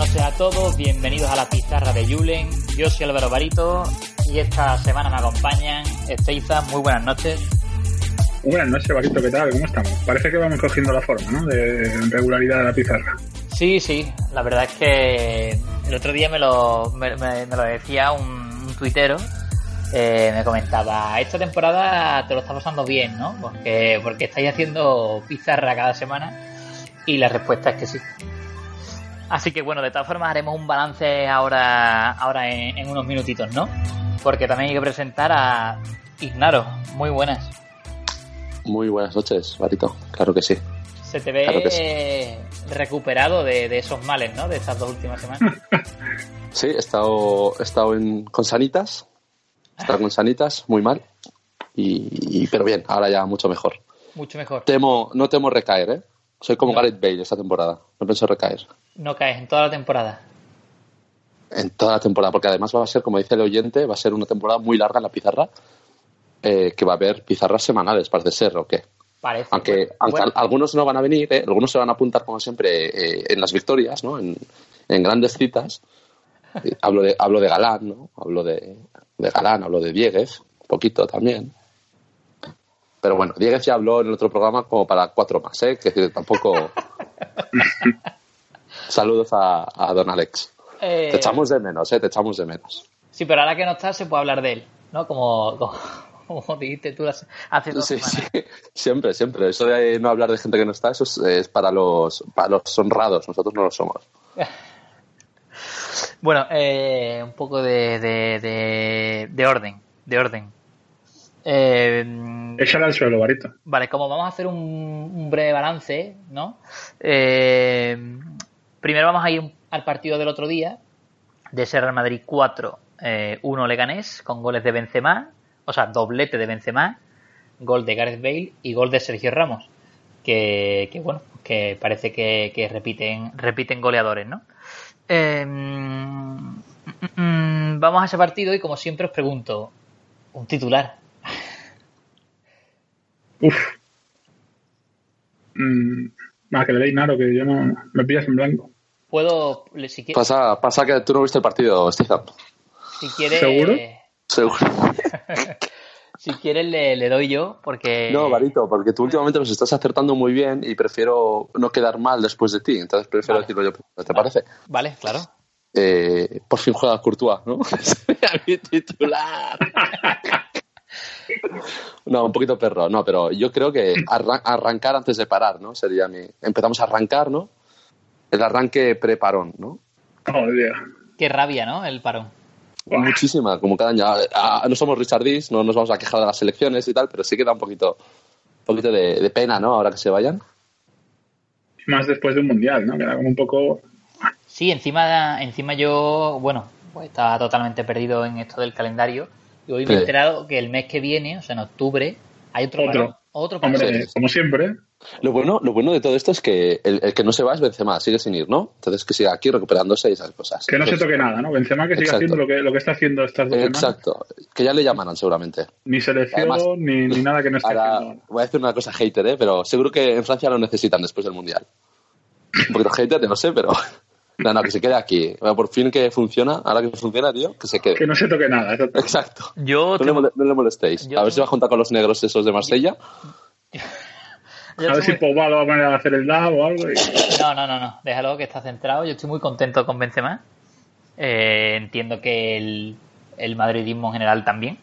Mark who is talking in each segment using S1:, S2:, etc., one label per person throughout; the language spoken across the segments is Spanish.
S1: noches a todos, bienvenidos a la pizarra de Julen. Yo soy Álvaro Barito y esta semana me acompañan Ezeiza. Muy buenas noches.
S2: Buenas noches, Barito, ¿qué tal? ¿Cómo estamos? Parece que vamos cogiendo la forma, ¿no? De regularidad de la pizarra.
S1: Sí, la verdad es que el otro día me lo decía un tuitero. Me comentaba, esta temporada te lo estás pasando bien, ¿no? Porque estáis haciendo pizarra cada semana. Y la respuesta es que sí. Así que bueno, de todas formas haremos un balance ahora en unos minutitos, ¿no? Porque también hay que presentar a Ignaro. Muy buenas.
S3: Muy buenas noches, Barito. Claro que sí.
S1: Se te ve
S3: claro que sí.
S1: Recuperado de esos males, ¿no? De estas 2 últimas semanas.
S3: Sí, he estado con sanitas. He estado con sanitas, muy mal. Pero bien, ahora ya mucho mejor.
S1: Mucho mejor.
S3: No temo recaer, ¿eh? Soy como Gareth Bale esta temporada. No pienso recaer.
S1: No caes en toda la temporada.
S3: En toda la temporada, porque además va a ser, como dice el oyente, va a ser una temporada muy larga en la pizarra, que va a haber pizarras semanales, parece ser, ¿o qué?
S1: Parece.
S3: Aunque algunos no van a venir, algunos se van a apuntar, como siempre, en las victorias, ¿no? En grandes citas. Hablo de Galán, ¿no? Hablo de Galán, hablo de Dieguez, un poquito también. Pero bueno, Dieguez ya habló en el otro programa como para 4 más, ¿eh? Que decir, tampoco... Saludos a don Alex. Te echamos de menos, ¿eh? Te echamos de menos.
S1: Sí, pero ahora que no está se puede hablar de él, ¿no? Como dijiste tú hace 2 semanas.
S3: Sí, siempre. Eso de no hablar de gente que no está, eso es para los honrados. Nosotros no lo somos.
S1: Bueno, un poco de orden.
S2: Échale al suelo, Barito.
S1: Vale, como vamos a hacer un breve balance, ¿no? Primero vamos a ir al partido del otro día, de ese Real Madrid 4, 1 Leganés, con goles de Benzema, o sea, doblete de Benzema, gol de Gareth Bale y gol de Sergio Ramos, que bueno, que parece que repiten goleadores, ¿no? Vamos a ese partido y como siempre os pregunto, un titular.
S2: Que le dé Ignaro, que yo no me pillas en blanco.
S1: Puedo, si quieres.
S3: Pasa que tú no viste el partido, Stizam.
S1: Si quieres.
S3: ¿Seguro?
S1: Si quieres le doy yo, porque...
S3: No, Barito, porque tú últimamente nos estás acertando muy bien y prefiero no quedar mal después de ti, entonces prefiero decirlo yo. ¿Te parece?
S1: Vale, claro.
S3: Por fin juega Courtois, ¿no? A mi titular. No, un poquito perro, no, pero yo creo que arrancar antes de parar, ¿no? Sería empezamos a arrancar, ¿no? El arranque pre-parón, ¿no?
S2: Oh, Dios.
S1: Qué rabia, ¿no? El parón.
S3: Muchísima, como cada año. No somos Richard Dis, no nos vamos a quejar de las selecciones y tal, pero sí que da un poquito de pena, ¿no? Ahora que se vayan.
S2: Más después de un mundial, ¿no? Queda como un poco...
S1: Sí, encima yo, bueno, pues estaba totalmente perdido en esto del calendario y hoy me he enterado que el mes que viene, o sea, en octubre, hay otro parón.
S2: Hombre, como siempre.
S3: Lo bueno de todo esto es que el que no se va es Benzema, sigue sin ir, ¿no? Entonces que siga aquí recuperándose y esas cosas.
S2: Que no se toque nada, ¿no? Benzema que siga haciendo lo que está haciendo estas 2 semanas.
S3: Exacto, que ya le llamarán seguramente.
S2: Ni selección, además, ni nada que no esté haciendo.
S3: Voy a decir una cosa hater, pero seguro que en Francia lo necesitan después del Mundial. Un poquito hater, no sé, pero... No, que se quede aquí. Por fin que funciona, ahora que funciona, tío, que se quede.
S2: Que no se toque nada.
S3: Exacto. No le molestéis. A ver si va a juntar con los negros esos de Marsella.
S2: A ver si Pogba lo va a poner a hacer el DAO o algo.
S1: No. Déjalo que está centrado. Yo estoy muy contento con Benzema. Entiendo que el madridismo en general también.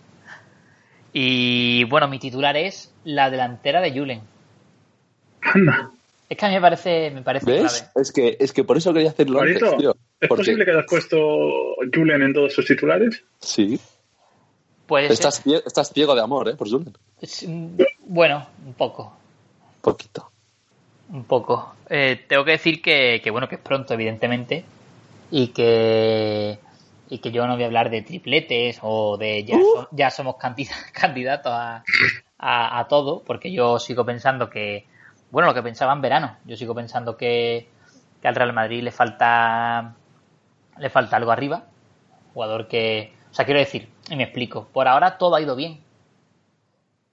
S1: Y bueno, mi titular es la delantera de Julen.
S2: Anda.
S1: Es que a mí me parece
S3: ¿ves?
S1: clave.
S3: Es que por eso quería hacerlo
S2: Barito,
S3: antes, tío.
S2: ¿Es posible que hayas puesto Julen en todos sus titulares?
S3: Sí.
S1: Pues
S3: estás ciego de amor, por Julen.
S1: Bueno, un poco.
S3: Poquito.
S1: Un poco. Tengo que decir que bueno, que es pronto, evidentemente, y que yo no voy a hablar de tripletes o de ya somos candidatos a todo, porque yo sigo pensando que, bueno, lo que pensaba en verano, yo sigo pensando que al Real Madrid le falta algo arriba, jugador que, o sea, quiero decir, y me explico, por ahora todo ha ido bien,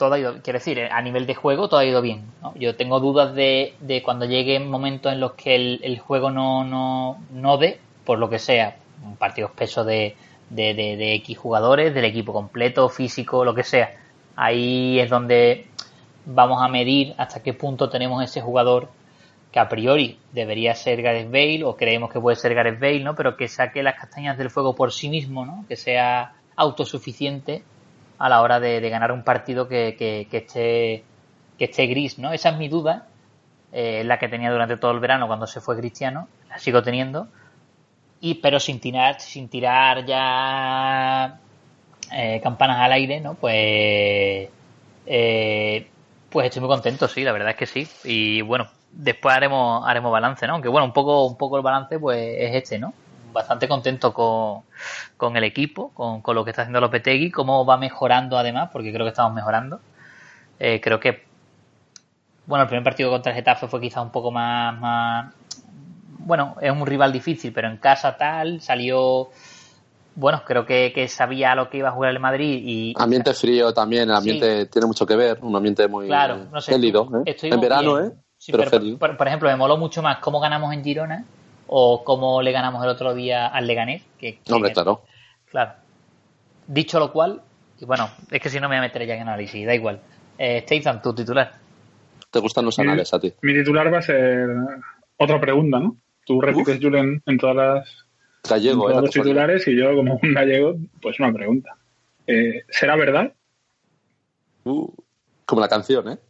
S1: todo ha ido, quiero decir, a nivel de juego todo ha ido bien, ¿no? Yo tengo dudas de cuando lleguen momentos en los que el juego no dé, por lo que sea, un partido espeso de X jugadores, del equipo completo, físico, lo que sea. Ahí es donde vamos a medir hasta qué punto tenemos ese jugador que a priori debería ser Gareth Bale, o creemos que puede ser Gareth Bale, ¿no? Pero que saque las castañas del fuego por sí mismo, ¿no? Que sea autosuficiente a la hora de ganar un partido que esté gris, ¿no? Esa es mi duda, la que tenía durante todo el verano cuando se fue Cristiano, la sigo teniendo, pero sin tirar ya campanas al aire, ¿no? Pues estoy muy contento, sí, la verdad es que sí. Y bueno, después haremos balance, ¿no? Aunque bueno, un poco el balance pues es este, ¿no? Bastante contento con el equipo, con lo que está haciendo Lopetegui, cómo va mejorando además, porque creo que estamos mejorando. Creo que bueno, el primer partido contra el Getafe fue quizá un poco más bueno, es un rival difícil, pero en casa tal, salió bueno, creo que sabía a lo que iba a jugar el Madrid y
S3: ambiente frío también, el ambiente tiene mucho que ver, un ambiente muy gélido, en verano, bien.
S1: Sí, pero por ejemplo, me moló mucho más cómo ganamos en Girona o cómo le ganamos el otro día al Leganés.
S3: Hombre, claro.
S1: Claro. Dicho lo cual, y bueno, es que si no me voy a meter ya en análisis, da igual. Statham, tu titular.
S3: ¿Te gustan los análisis a ti?
S2: Mi titular va a ser otra pregunta, ¿no? Tú repites, Julen, en todas las...
S3: Gallego,
S2: todos los titulares y yo, como un gallego, pues una pregunta. ¿Será verdad?
S3: Como la canción, ¿eh?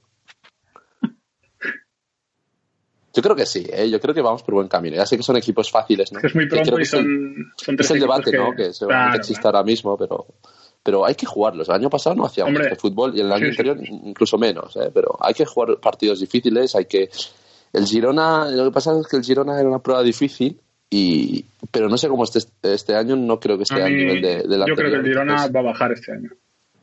S3: Yo creo que sí, yo creo que vamos por buen camino. Ya sé que son equipos fáciles, ¿no?
S2: Es muy pronto y son tres
S3: es el debate, ¿no? Que seguramente existe ahora mismo, pero hay que jugarlos. El año pasado no hacíamos este fútbol y el año anterior incluso menos, pero hay que jugar partidos difíciles, el Girona, lo que pasa es que el Girona era una prueba difícil, pero no sé cómo este año, no creo que esté al nivel del anterior.
S2: Yo creo que el Girona va a bajar este año.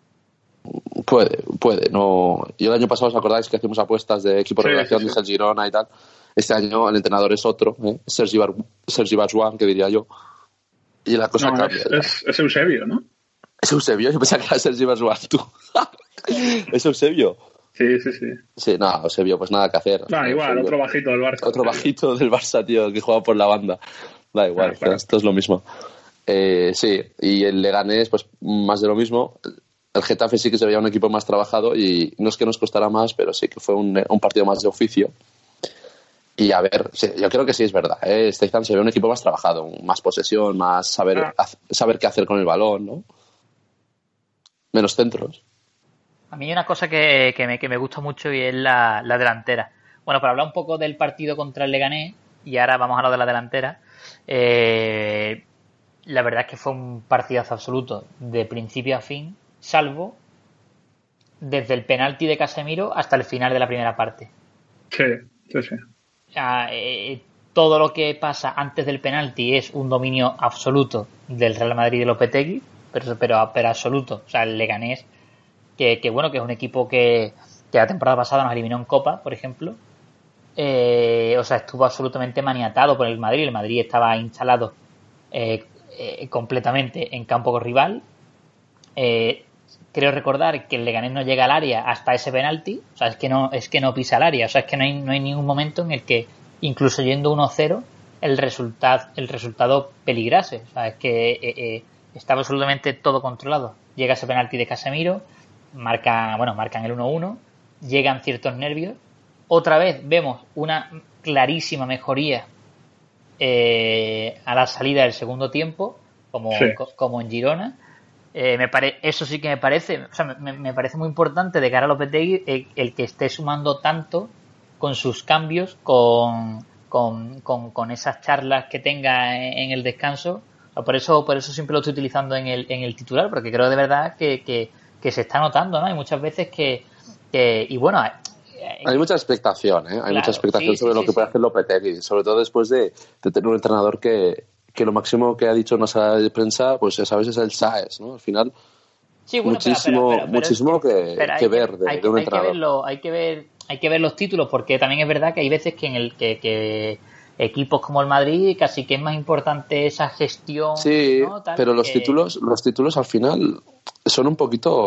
S3: Puede, no. Yo el año pasado, ¿os acordáis que hacíamos apuestas de equipo de revelación, dije el Girona y tal? Este año el entrenador es otro, Sergi Barjuan, que diría yo. Y la cosa cambia.
S2: Es Eusebio, ¿no?
S3: Es Eusebio, yo pensaba que era Sergi Barjuan, tú. ¿Es Eusebio?
S2: Sí.
S3: Sí, nada, Eusebio, pues nada que hacer.
S2: Igual, Eusebio. Otro bajito del Barça.
S3: Otro bajito del Barça, tío, que juega por la banda. Da igual, claro. Esto es lo mismo. Sí, y el Leganés, pues más de lo mismo. El Getafe sí que se veía un equipo más trabajado y no es que nos costara más, pero sí que fue un partido más de oficio. Y a ver, sí, yo creo que sí es verdad. Statham se ve un equipo más trabajado, más posesión, más saber qué hacer con el balón, ¿no? Menos centros.
S1: A mí hay una cosa que me gusta mucho y es la delantera. Bueno, para hablar un poco del partido contra el Leganés, y ahora vamos a lo de la delantera, la verdad es que fue un partidazo absoluto, de principio a fin, salvo desde el penalti de Casemiro hasta el final de la primera parte.
S2: Sí.
S1: Todo lo que pasa antes del penalti es un dominio absoluto del Real Madrid de Lopetegui, pero absoluto. O sea, el Leganés, que bueno, que es un equipo que la temporada pasada nos eliminó en Copa, por ejemplo. O sea, estuvo absolutamente maniatado por el Madrid. El Madrid estaba instalado completamente en campo rival. Creo recordar que el Leganés no llega al área hasta ese penalti. O sea, es que no pisa el área. O sea, es que no hay ningún momento en el que, incluso yendo 1-0, el resultado peligrase. O sea, es que estaba absolutamente todo controlado. Llega ese penalti de Casemiro, marcan el 1-1, llegan ciertos nervios. Otra vez vemos una clarísima mejoría a la salida del segundo tiempo, como en Girona. Eso sí que me parece, o sea, me parece muy importante de cara a Lopetegui el que esté sumando tanto con sus cambios, con esas charlas que tenga en el descanso. Por eso siempre lo estoy utilizando en el titular, porque creo de verdad que se está notando, ¿no? Hay muchas veces y bueno,
S3: hay mucha expectación, ¿eh? Hay mucha expectación sobre lo que puede hacer Lopetegui, sobre todo después de tener un entrenador que lo máximo que ha dicho en una sala de prensa, pues a veces es el SAES, ¿no? Al final, muchísimo que ver de un entrenador.
S1: Hay que ver los títulos, porque también es verdad que hay veces que equipos como el Madrid casi que es más importante esa gestión.
S3: Sí,
S1: ¿no?
S3: pero los títulos al final son un poquito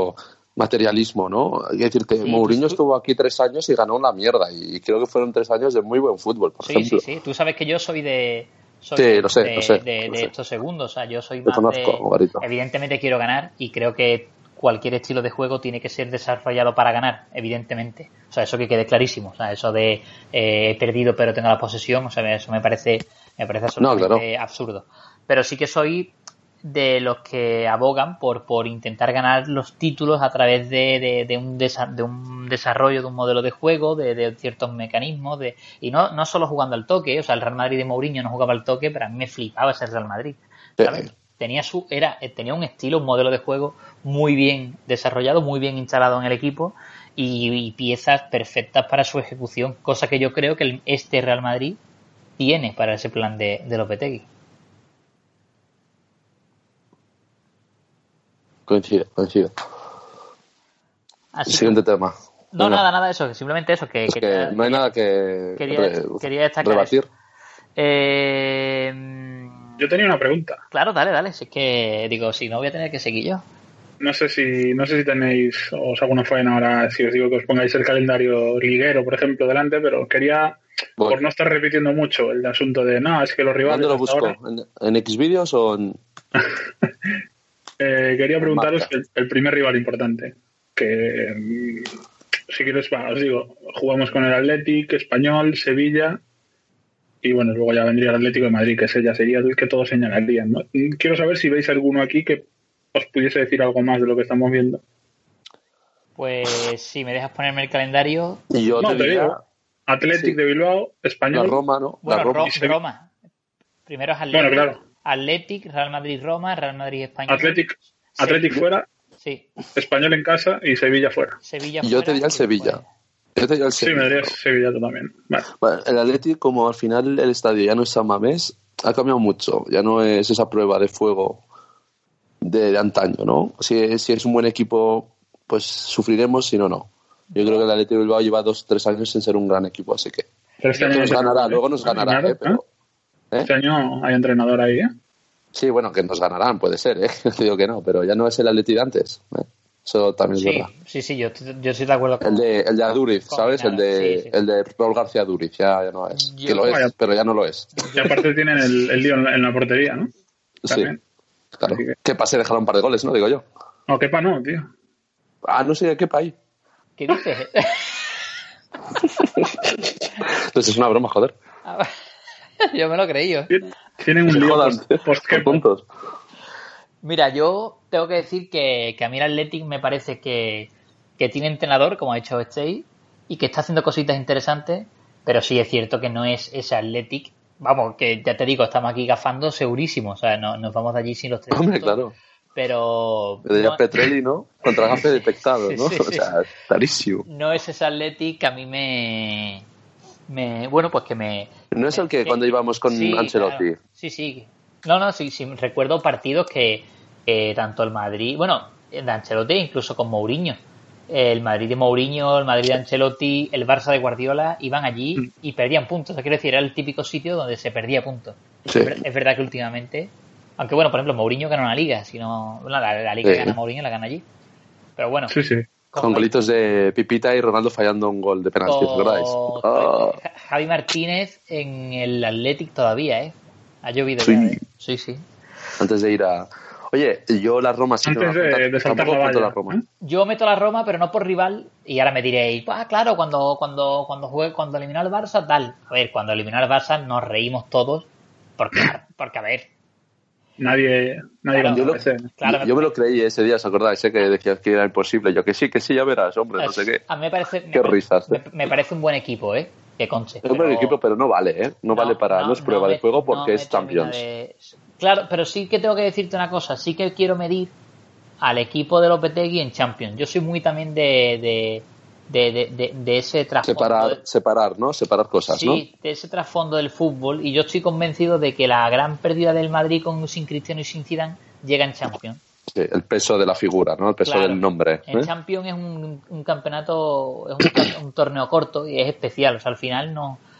S3: materialismo, ¿no? Hay que decir que
S1: Sí,
S3: Mourinho estuvo aquí 3 años y ganó una mierda, y creo que fueron 3 años de muy buen fútbol, por ejemplo.
S1: Sí. Tú sabes que yo soy
S3: Sí, lo sé.
S1: de estos segundos. O sea, yo soy
S3: Te
S1: más
S3: conozco, Garito.
S1: Evidentemente quiero ganar y creo que cualquier estilo de juego tiene que ser desarrollado para ganar, evidentemente. O sea, eso que quede clarísimo. O sea, eso de he perdido pero tengo la posesión, o sea, eso me parece absolutamente absurdo. Pero sí que soy de los que abogan por intentar ganar los títulos a través de un desarrollo de un modelo de juego, de ciertos mecanismos, y no solo jugando al toque. O sea, el Real Madrid de Mourinho no jugaba al toque, pero a mí me flipaba ese Real Madrid, ¿sabes? Tenía un estilo, un modelo de juego muy bien desarrollado, muy bien instalado en el equipo y piezas perfectas para su ejecución, cosa que yo creo que este Real Madrid tiene para ese plan de Lopetegui.
S3: Coincido.
S1: Así
S3: Siguiente tema.
S1: No, nada, eso, simplemente eso. Que
S3: no hay nada que
S1: quería destacar
S3: rebatir.
S2: Yo tenía una pregunta.
S1: Claro, dale. Si es que, digo, si no voy a tener que seguir yo.
S2: No sé si tenéis, os hago una faena ahora, si os digo que os pongáis el calendario liguero, por ejemplo, delante, pero quería, por no estar repitiendo mucho el asunto de, es que los rivales...
S3: ¿Dónde lo busco?
S2: Ahora...
S3: ¿En Xvideos o en...?
S2: Quería preguntaros el primer rival importante, que si quieres, os digo, jugamos con el Athletic, Español, Sevilla, y bueno, luego ya vendría el Atlético de Madrid, que ese ya sería el que todos señalarían, ¿no? Quiero saber si veis alguno aquí que os pudiese decir algo más de lo que estamos viendo.
S1: Pues si me dejas ponerme el calendario...
S3: Y yo te digo,
S2: Athletic de Bilbao, Español...
S3: La Roma, ¿no?
S1: Bueno,
S3: Roma.
S1: Primero es Athletic,
S2: bueno, claro.
S1: Athletic, Real Madrid-Roma, Real Madrid-Español...
S2: Athletic fuera,
S1: sí.
S2: Español en casa y Sevilla fuera.
S1: Sevilla
S3: y yo te diría el Sevilla.
S2: Sí, me dirías Sevilla tú también. Vale.
S3: Bueno, el Athletic, como al final el estadio ya no es San Mamés, ha cambiado mucho. Ya no es esa prueba de fuego de antaño, ¿no? Si es un buen equipo, pues sufriremos, si no. Yo creo que el Athletic Bilbao lleva 2-3 años sin ser un gran equipo, así que luego nos ganará, pero...
S2: Este año hay entrenador ahí, ¿eh?
S3: Sí, bueno, que nos ganarán, puede ser, ¿eh? Te digo que no, pero ya no es el Athletic de antes, ¿eh? Eso también es verdad.
S1: Sí, yo estoy de acuerdo con...
S3: El de Aduriz, ¿sabes?
S1: Claro,
S3: el de Raúl García Aduriz, ya no es. Que lo es, pero ya no lo es.
S2: Y aparte tienen el lío en la portería, ¿no?
S3: También. Sí, claro. Kepa se dejará un par de goles, ¿no? Digo yo.
S2: No, Kepa no, tío.
S3: No sé, Kepa ahí.
S1: ¿Qué dices?
S3: Pues es una broma, joder.
S1: Yo me lo creí.
S2: Tienen un lío
S3: puntos.
S1: Mira, yo tengo que decir que a mí el Athletic me parece que tiene entrenador, como ha dicho Stey, y que está haciendo cositas interesantes, pero sí es cierto que no es ese Athletic. Vamos, que ya te digo, estamos aquí gafando segurísimo. O sea, nos vamos de allí sin los 3 puntos.
S3: Hombre, claro.
S1: Pero
S3: ya Petrelli, ¿no? Contra gafe detectado, ¿no? Sí. O sea, clarísimo.
S1: No es ese Athletic que a mí bueno, pues que me...
S3: No es el que cuando íbamos con Ancelotti.
S1: Claro. Sí. No, sí, recuerdo partidos que tanto el Madrid, bueno, de Ancelotti incluso con Mourinho, el Madrid de Mourinho, el Madrid de Ancelotti, el Barça de Guardiola iban allí y perdían puntos. O sea, quiero decir, era el típico sitio donde se perdía puntos. Sí. Es verdad que últimamente, aunque bueno, por ejemplo, Mourinho gana una liga, la liga que gana Mourinho la gana allí. Pero bueno.
S2: Sí.
S3: Con golitos de Pipita y Ronaldo fallando un gol de penalti, ¿os acordáis?
S1: Javi Martínez en el Athletic todavía, Ha llovido
S3: sí.
S1: Ya, Sí.
S3: Antes de ir a... Oye, yo la Roma... Sí
S2: antes de saltar la valla.
S3: La Roma.
S1: Yo meto la Roma, pero no por rival, y ahora me diréis, claro, cuando eliminó al Barça, tal. A ver, cuando eliminó al Barça nos reímos todos, porque a ver...
S2: Nadie
S3: yo me lo creí ese día, ¿os acordáis? Que decías que era imposible. Yo que sí, ya verás, hombre, no sé qué.
S1: A mí me parece...
S3: Qué risas.
S1: Me parece un buen equipo, que conche.
S3: Es un buen equipo, pero no vale, No vale para... No es prueba de juego porque es Champions.
S1: Claro, pero sí que tengo que decirte una cosa. Sí que quiero medir al equipo de Lopetegui en Champions. Yo soy muy también de ese trasfondo.
S3: Separar, ¿no? Separar cosas,
S1: sí,
S3: ¿no?
S1: Sí, de ese trasfondo del fútbol. Y yo estoy convencido de que la gran pérdida del Madrid sin Cristiano y sin Zidane llega en Champions.
S3: Sí, el peso de la figura, ¿no? El peso del nombre.
S1: En Champions es un campeonato, es un torneo corto y es especial. O sea, al final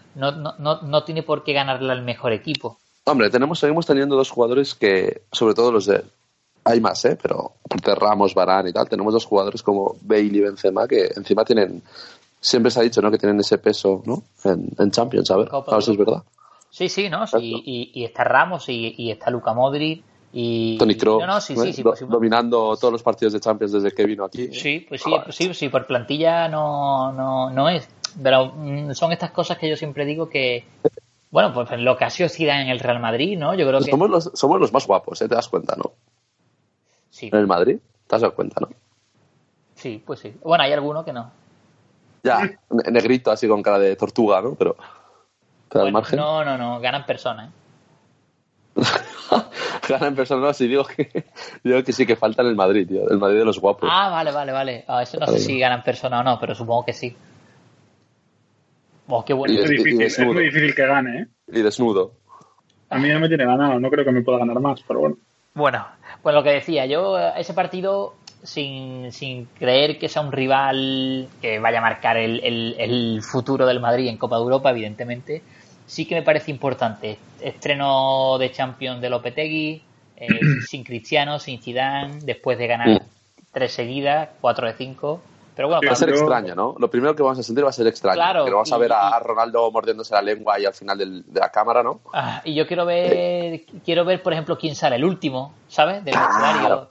S1: no tiene por qué ganarle al mejor equipo.
S3: Hombre, seguimos teniendo dos jugadores que, sobre todo los de hay más, pero aparte de Ramos, Varane y tal, tenemos dos jugadores como Bale y Benzema que encima tienen, siempre se ha dicho, ¿no?, que tienen ese peso, ¿no?, en Champions, a ver si es verdad.
S1: Sí, ¿no? Sí, y está Ramos y está Luka Modric y
S3: Toni Kroos,
S1: no, sí,
S3: dominando todos los partidos de Champions desde que vino aquí.
S1: Sí, pues sí, por plantilla no es, pero son estas cosas que yo siempre digo que, bueno, pues lo que ha sido Zidane en el Real Madrid, ¿no? Yo creo que
S3: somos los más guapos, te das cuenta, ¿no?
S1: Sí.
S3: En el Madrid, te has dado cuenta, ¿no?
S1: Sí, pues sí. Bueno, hay alguno que no.
S3: Ya, negrito así con cara de tortuga, ¿no? Pero
S1: bueno,
S3: al margen.
S1: No, ganan personas,
S3: Ganan personas, no, sí, digo que sí, que falta en el Madrid, tío. El Madrid de los guapos.
S1: Ah, vale. Eso no sé si ganan personas o no, pero supongo que sí. Oh, qué bueno.
S2: Es muy difícil que gane, ¿eh?
S3: Y desnudo.
S2: A mí no me tiene ganado, no creo que me pueda ganar más, pero bueno.
S1: Bueno, pues lo que decía, yo ese partido, sin creer que sea un rival que vaya a marcar el futuro del Madrid en Copa de Europa, evidentemente, sí que me parece importante. Estreno de Champions de Lopetegui, sin Cristiano, sin Zidane, después de ganar 3 seguidas, 4 de 5. Pero bueno,
S3: va a ser extraño, ¿no? Lo primero que vamos a sentir va a ser extraño.
S1: Claro,
S3: que vamos a ver a Ronaldo mordiéndose la lengua ahí al final de la cámara, ¿no?
S1: Y yo quiero ver, por ejemplo, quién sale el último, ¿sabes? Del vestuario.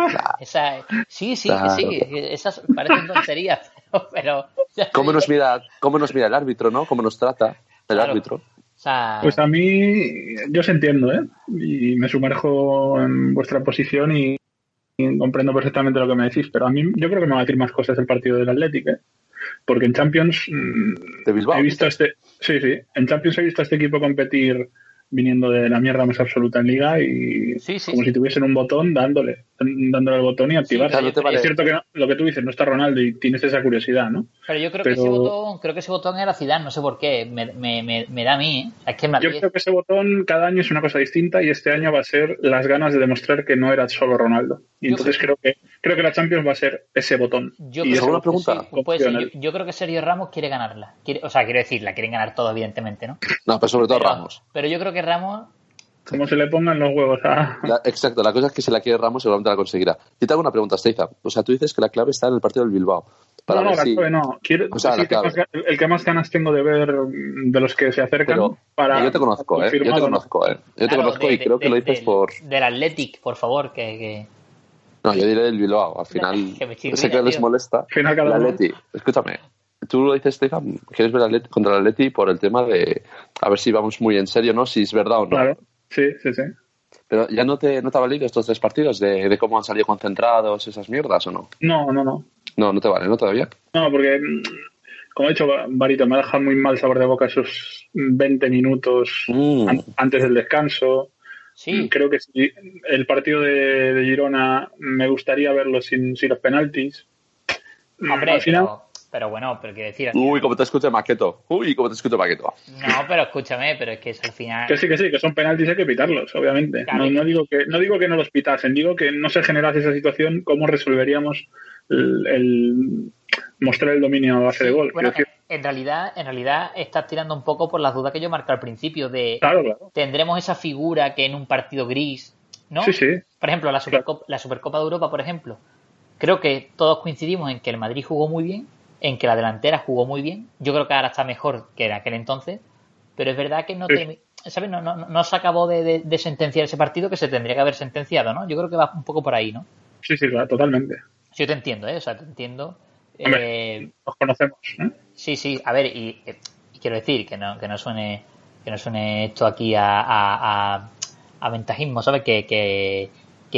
S1: Sí, esas parecen tonterías, pero
S3: ¿Cómo nos mira el árbitro, no? ¿Cómo nos trata el árbitro?
S1: O sea,
S2: pues a mí, yo os entiendo, ¿eh? Y me sumerjo en vuestra posición y comprendo perfectamente lo que me decís, pero a mí yo creo que me va a decir más cosas el partido del Athletic, ¿eh? Porque en Champions
S3: ¿De Bilbao?
S2: he visto en Champions he visto a este equipo competir viniendo de la mierda más absoluta en Liga y como si tuviesen un botón dándole al botón y activarse. Es cierto que lo que tú dices, no está Ronaldo y tienes esa curiosidad, ¿no?
S1: Pero yo creo que ese botón era Zidane, no sé por qué, me da a mí, ¿eh? Es que
S2: yo creo que ese botón cada año es una cosa distinta y este año va a ser las ganas de demostrar que no era solo Ronaldo. Y entonces creo que la Champions va a ser ese botón.
S3: Yo
S1: creo que Sergio Ramos quiere ganarla. Quiero decir, la quieren ganar todo, evidentemente, ¿no?
S3: No, pero sobre todo Ramos.
S1: Pero yo creo que Ramos...
S2: Como se le pongan los huevos
S3: exacto, la cosa es que si la quiere Ramos seguramente la conseguirá. Yo te hago una pregunta, Steiza. O sea, tú dices que la clave está en el partido del Bilbao.
S2: La clave no. El que más ganas tengo de ver de los que se acercan.
S3: Yo te conozco, Yo te conozco y creo que lo dices por...
S1: Del Athletic, por favor, que...
S3: No, yo diré del Bilbao. Al final, sé que les molesta. El Atleti. Escúchame. Tú lo dices, Stefan, quieres ver contra el Atleti por el tema de a ver si vamos muy en serio, ¿no? Si es verdad o no.
S2: Claro, sí.
S3: Pero ¿ya no te ha valido estos 3 partidos de cómo han salido concentrados, esas mierdas o no?
S2: No.
S3: No te vale, ¿no? Todavía.
S2: No, porque, como he dicho, Barito, me ha dejado muy mal sabor de boca esos 20 minutos antes del descanso.
S1: Sí.
S2: Creo que sí, el partido de Girona me gustaría verlo sin los penaltis.
S1: Hombre, al final... Pero bueno, pero quiero decir...
S3: Uy, como te escucho Maqueto.
S1: No, pero escúchame, pero es que es al final...
S2: Que sí, que son penaltis, hay que pitarlos, obviamente. Claro. No digo que no los pitasen, digo que no se generase esa situación, cómo resolveríamos el mostrar el dominio a base de gol.
S1: Bueno, en realidad estás tirando un poco por las dudas que yo marqué al principio de...
S2: Claro.
S1: Tendremos esa figura que en un partido gris, ¿no?
S2: Sí.
S1: Por ejemplo, la Supercopa de Europa, por ejemplo. Creo que todos coincidimos en que el Madrid jugó muy bien, en que la delantera jugó muy bien. Yo creo que ahora está mejor que en aquel entonces, pero es verdad que ¿sabes? No se acabó de sentenciar ese partido que se tendría que haber sentenciado, ¿no? Yo creo que va un poco por ahí, ¿no?
S2: Sí, claro, totalmente.
S1: Yo te entiendo, ¿eh? O sea, te entiendo.
S2: Hombre, nos conocemos, ¿eh?
S1: Sí, a ver, y quiero decir que no suene esto aquí a ventajismo, ¿sabes? Que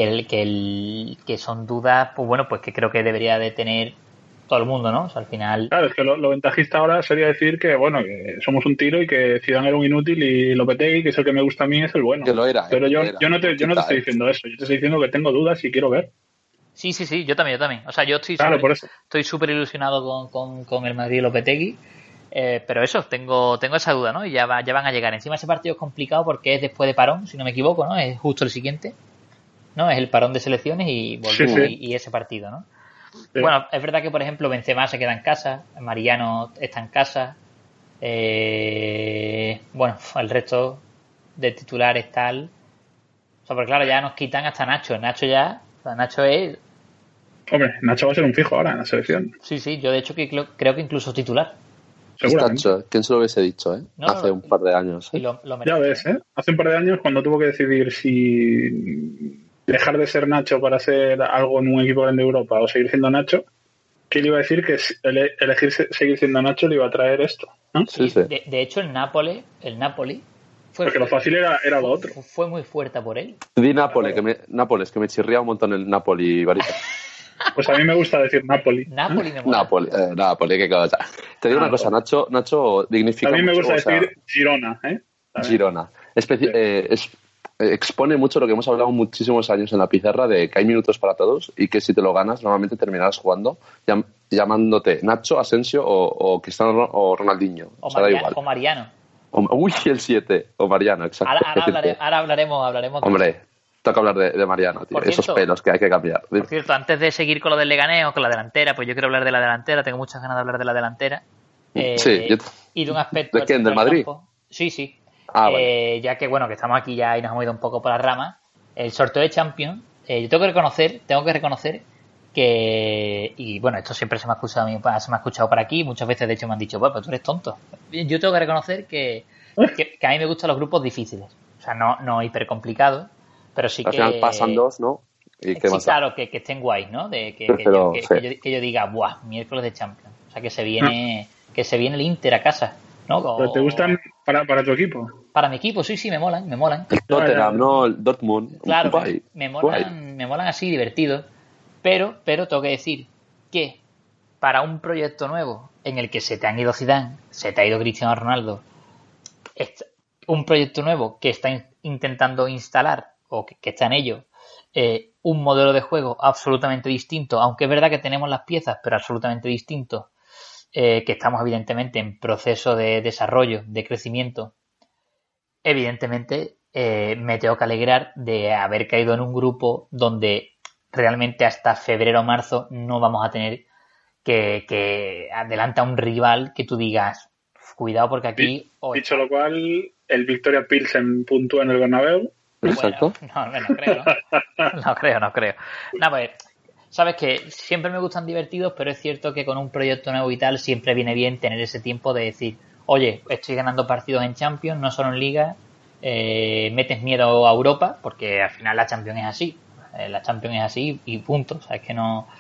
S1: son dudas, pues bueno, pues que creo que debería de tener todo el mundo, ¿no? O sea, al final... Claro,
S2: es que lo ventajista ahora sería decir que, bueno, que somos un tiro y que Zidane era un inútil y Lopetegui, que es el que me gusta a mí, es el bueno.
S3: Que lo era.
S2: Pero yo no te estoy diciendo eso. Yo te estoy diciendo que tengo dudas y quiero ver.
S1: Sí, yo también. O sea, yo estoy súper ilusionado con el Madrid y Lopetegui. Pero eso, tengo esa duda, ¿no? Y ya van a llegar. Encima ese partido es complicado porque es después de parón, si no me equivoco, ¿no? Es justo el siguiente, ¿no? Es el parón de selecciones y volvemos y ese partido, ¿no? Sí. Bueno, es verdad que, por ejemplo, Benzema se queda en casa, Mariano está en casa, bueno, el resto de titulares tal. O sea, porque claro, ya nos quitan hasta Nacho. Nacho ya sea, Nacho es...
S2: Hombre, Nacho va a ser un fijo ahora en la selección.
S1: Sí, yo de hecho creo que incluso titular.
S2: Seguramente.
S3: Pistacho, ¿quién se lo hubiese dicho, hace un par de años?
S1: Y lo merece,
S2: Ya ves, hace un par de años cuando tuvo que decidir si dejar de ser Nacho para ser algo en un equipo grande de Europa o seguir siendo Nacho, ¿qué le iba a decir? Que elegir seguir siendo Nacho le iba a traer esto, ¿no?
S1: Sí. De hecho, el Napoli fue...
S2: Porque lo fácil era lo otro.
S1: Fue muy fuerte por él.
S3: Di Nápoles, que me chirría un montón el Napoli, Varita.
S2: Pues a mí me gusta decir Napoli.
S1: Napoli me mola.
S3: Napoli, qué cosa. Te digo una cosa, Nacho dignifica
S2: mucho. A mí me
S3: mucho,
S2: gusta decir Girona,
S3: Girona. Expone mucho lo que hemos hablado muchísimos años en la pizarra de que hay minutos para todos y que si te lo ganas normalmente terminarás jugando llamándote Nacho, Asensio o Cristiano o Ronaldinho. Da igual.
S1: O Mariano.
S3: Uy, el 7. O Mariano, exacto.
S1: Ahora hablaremos.
S3: Hombre, toca hablar de Mariano, tío. Esos pelos que hay que cambiar.
S1: Por cierto, antes de seguir con lo del Leganés o con la delantera, pues yo quiero hablar de la delantera. Tengo muchas ganas de hablar de la delantera. Y de un aspecto...
S3: ¿De quién? ¿Del Madrid?
S1: Sí.
S3: Vale.
S1: Ya que, bueno, que estamos aquí ya y nos hemos ido un poco por las ramas. El sorteo de Champions, yo tengo que reconocer que... Y bueno, esto siempre se me ha escuchado por aquí. Muchas veces, de hecho, me han dicho, bueno, pues tú eres tonto. Yo tengo que reconocer que a mí me gustan los grupos difíciles. O sea, no hiper complicados, pero sí
S3: al
S1: que...
S3: Al final pasan dos, ¿no? ¿Y qué más?
S1: Claro, que estén guays, ¿no? Que yo diga, ¡buah! Miércoles de Champions. O sea, que se viene el Inter a casa, ¿no?
S2: ¿Pero te gustan para tu equipo?
S1: Para mi equipo, sí, me molan.
S3: El Tottenham, ¿no? El Dortmund.
S1: Claro, me molan así, divertidos. Pero tengo que decir que para un proyecto nuevo en el que se te han ido Zidane, se te ha ido Cristiano Ronaldo, un proyecto nuevo que está intentando instalar, o que está en ello, un modelo de juego absolutamente distinto, aunque es verdad que tenemos las piezas, pero absolutamente distinto, que estamos evidentemente en proceso de desarrollo, de crecimiento. Evidentemente me tengo que alegrar de haber caído en un grupo donde realmente hasta febrero o marzo no vamos a tener que adelanta un rival que tú digas, cuidado porque aquí...
S2: Dicho lo cual, el Victoria Pilsen puntúa en el Bernabéu.
S3: Exacto.
S1: Bueno, no creo, ¿no? No creo. No, pues, sabes que siempre me gustan divertidos, pero es cierto que con un proyecto nuevo y tal siempre viene bien tener ese tiempo de decir, oye, estoy ganando partidos en Champions, no solo en Liga, metes miedo a Europa, porque al final la Champions es así. La Champions es así y punto. O sea, es que no...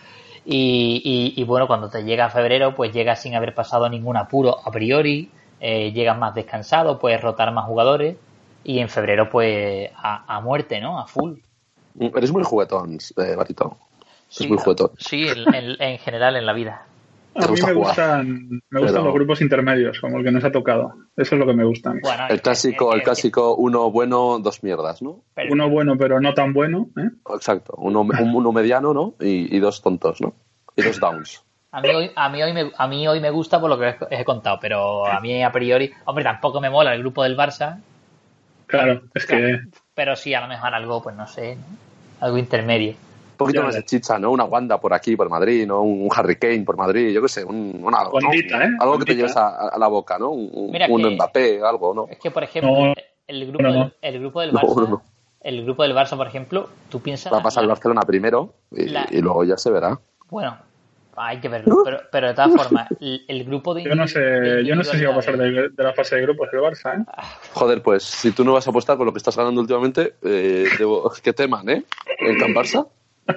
S1: Y bueno, cuando te llega febrero, pues llegas sin haber pasado ningún apuro a priori, llegas más descansado, puedes rotar más jugadores y en febrero pues a muerte, ¿no? A full.
S3: Eres muy juguetón, Batito.
S1: Sí,
S3: muy juguetón.
S1: Sí, en general en la vida.
S2: A mí me gustan los grupos intermedios, como el que nos ha tocado. Eso es lo que me gustan.
S3: Bueno, el clásico uno bueno, dos mierdas, ¿no?
S2: Uno bueno, pero no tan bueno, ¿eh?
S3: Exacto. Uno mediano, ¿no? Y dos tontos, ¿no? Y dos downs.
S1: A mí hoy me gusta por lo que os he contado, pero a mí a priori... Hombre, tampoco me mola el grupo del Barça.
S2: Claro, que...
S1: Pero sí, a lo mejor algo, pues no sé, ¿no? Algo intermedio.
S3: Un poquito más de chicha, ¿no? Una Wanda por aquí, por Madrid, ¿no? Un Harry Kane por Madrid, yo qué sé, algo,
S2: Wandita,
S3: ¿no? Algo que te lleves a la boca, ¿no? Un Mbappé, algo, ¿no?
S1: Es que, por ejemplo, el grupo del Barça, el grupo del Barça, por ejemplo, tú piensas...
S3: Va a pasar el Barcelona primero y luego ya se verá.
S1: Bueno, hay que verlo, pero de todas formas, el grupo de...
S2: Yo no sé si va a pasar de la fase de grupos el Barça, ¿eh?
S3: Joder, pues, si tú no vas a apostar con lo que estás ganando últimamente, que teman, ¿eh? En Can Barça.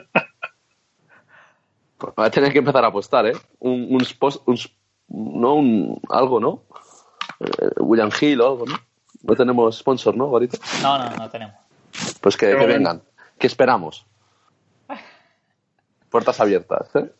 S3: Pues va a tener que empezar a apostar, ¿eh? Algo, ¿no? William Hill o algo, ¿no? No tenemos sponsor, ¿no, Barito?
S1: No tenemos.
S3: Pues que vengan. ¿Qué esperamos? Puertas abiertas, ¿eh?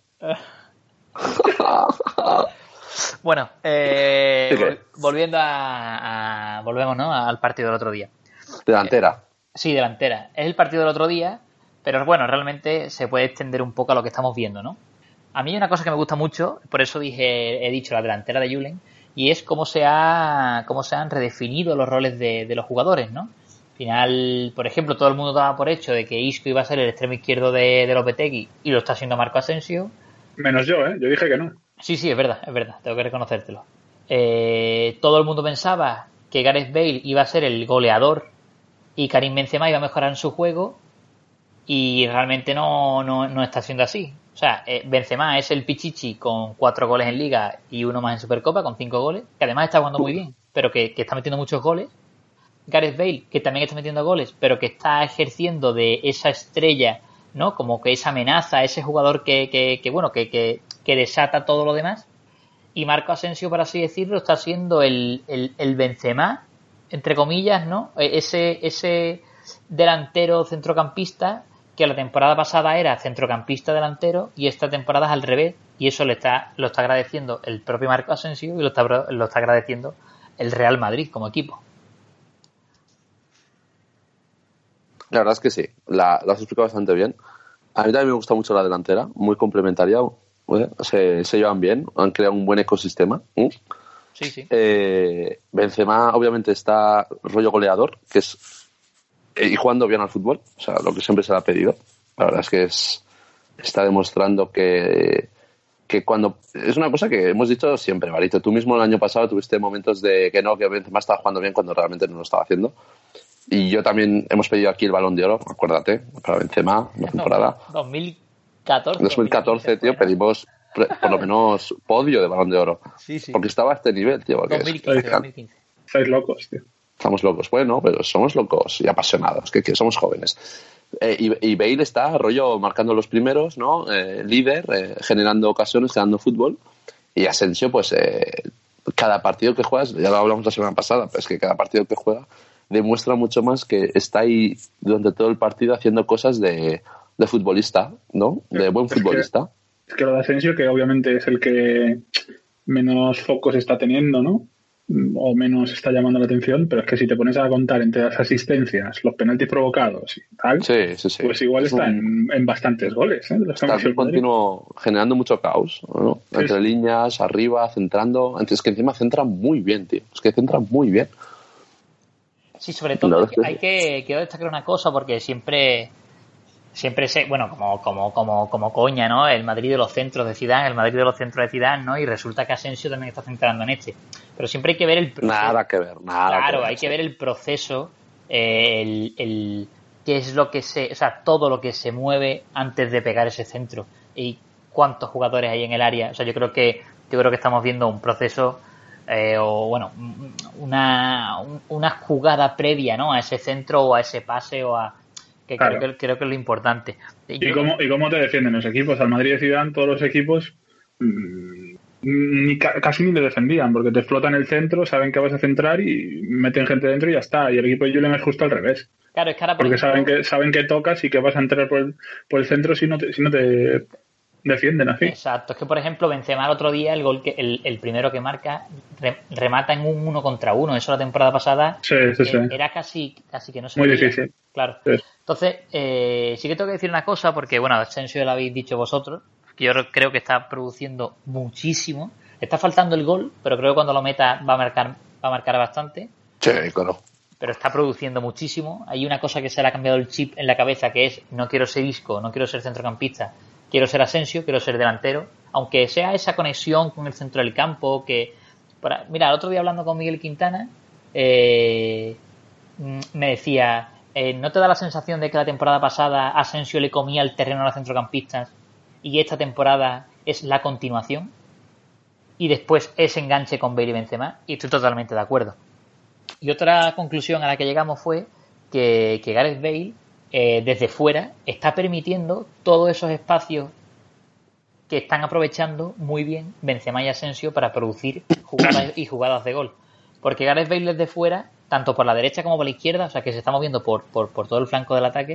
S1: Bueno, volviendo volvemos, ¿no? Al partido del otro día.
S3: Delantera.
S1: Sí, delantera. Es el partido del otro día, pero bueno, realmente se puede extender un poco a lo que estamos viendo, ¿no? A mí hay una cosa que me gusta mucho, por eso he dicho la delantera de Julen, y es cómo se han redefinido los roles de los jugadores, ¿no? Al final, por ejemplo, todo el mundo daba por hecho de que Isco iba a ser el extremo izquierdo de Lopetegui y lo está haciendo Marco Asensio.
S2: Menos yo, ¿eh? Yo dije que no.
S1: Sí, es verdad, tengo que reconocértelo. Todo el mundo pensaba que Gareth Bale iba a ser el goleador y Karim Benzema iba a mejorar en su juego y realmente no está siendo así. O sea, Benzema es el Pichichi con 4 goles en Liga y uno más en Supercopa con 5 goles, que además está jugando muy bien, pero que está metiendo muchos goles. Gareth Bale, que también está metiendo goles, pero que está ejerciendo de esa estrella, ¿no? Como que esa amenaza, ese jugador que desata todo lo demás. Y Marco Asensio, por así decirlo, está siendo el Benzema, entre comillas, ¿no? Ese delantero centrocampista que la temporada pasada era centrocampista delantero y esta temporada es al revés, y eso lo está agradeciendo el propio Marco Asensio y lo está agradeciendo el Real Madrid como equipo.
S3: La verdad es que sí, lo has explicado bastante bien. A mí también me gusta mucho la delantera, muy complementaria, se llevan bien, han creado un buen ecosistema.
S1: Sí.
S3: Benzema obviamente está rollo goleador, que es y jugando bien al fútbol, o sea, lo que siempre se le ha pedido. La verdad es que está demostrando que cuando es una cosa que hemos dicho siempre, Marito. Tú mismo el año pasado tuviste momentos de que Benzema estaba jugando bien cuando realmente no lo estaba haciendo. Y yo también hemos pedido aquí el Balón de Oro, acuérdate, para Benzema, la temporada
S1: 2014,
S3: tío, pedimos por lo menos podio de Balón de Oro.
S1: Sí.
S3: Porque estaba a este nivel, tío.
S1: 2015.
S2: Estáis locos, tío.
S3: Estamos locos, bueno, pero somos locos y apasionados, que somos jóvenes. Y Bale está, rollo, marcando los primeros, ¿no? Líder, generando ocasiones, generando fútbol. Y Asensio, pues, cada partido que juegas, ya lo hablamos la semana pasada, pero es que cada partido que juega demuestra mucho más que está ahí durante todo el partido haciendo cosas de futbolista, ¿no? De buen futbolista.
S2: Es que lo de Asensio, que obviamente es el que menos focos está teniendo, ¿no? O menos está llamando la atención, pero es que si te pones a contar entre las asistencias, los penaltis provocados y tal,
S3: sí.
S2: pues igual está en bastantes goles.
S3: Está en continuo generando mucho caos, ¿no?
S2: Sí,
S3: entre líneas, arriba, centrando. Es que encima centra muy bien, tío. Es que centra muy bien.
S1: Sí, sobre todo quiero destacar una cosa, porque siempre como coña, ¿no? El Madrid de los centros de Zidane, ¿no? Y resulta que Asensio también está centrando en este. Pero siempre hay que ver el proceso.
S3: Nada que ver.
S1: Claro, hay que ver el proceso, qué es lo que o sea, todo lo que se mueve antes de pegar ese centro y cuántos jugadores hay en el área. O sea, yo creo que estamos viendo un proceso una jugada previa, ¿no? A ese centro o a ese pase o a que claro. creo que es lo importante.
S2: ¿Y cómo te defienden los equipos? Al Madrid de Zidane, todos los equipos casi ni le defendían, porque te explotan el centro, saben que vas a centrar y meten gente dentro y ya está. Y el equipo de Julen es justo al revés.
S1: Claro, es que ahora,
S2: porque saben que tocas y que vas a entrar por el centro si no te defienden así.
S1: Exacto, es que por ejemplo Benzema el otro día, el gol el primero que marca remata en un 1 contra 1. Eso la temporada pasada era casi que no se
S2: muy
S1: veía.
S2: difícil.
S1: Claro.
S2: Sí.
S1: Entonces, sí que tengo que decir una cosa, porque bueno, Asensio lo habéis dicho vosotros, que yo creo que está produciendo muchísimo. Está faltando el gol, pero creo que cuando lo meta va a marcar bastante.
S3: Sí, claro.
S1: Pero está produciendo muchísimo. Hay una cosa que se le ha cambiado el chip en la cabeza, que es: no quiero ser Isco, no quiero ser centrocampista, quiero ser Asensio, quiero ser delantero, aunque sea esa conexión con el centro del campo. Mira, el otro día hablando con Miguel Quintana, me decía, ¿no te da la sensación de que la temporada pasada Asensio le comía el terreno a los centrocampistas y esta temporada es la continuación? Y después ese enganche con Bale y Benzema, y estoy totalmente de acuerdo. Y otra conclusión a la que llegamos fue que Gareth Bale, desde fuera, está permitiendo todos esos espacios que están aprovechando muy bien Benzema y Asensio para producir jugadas de gol. Porque Gareth Bale desde fuera, tanto por la derecha como por la izquierda, o sea que se está moviendo por todo el flanco del ataque,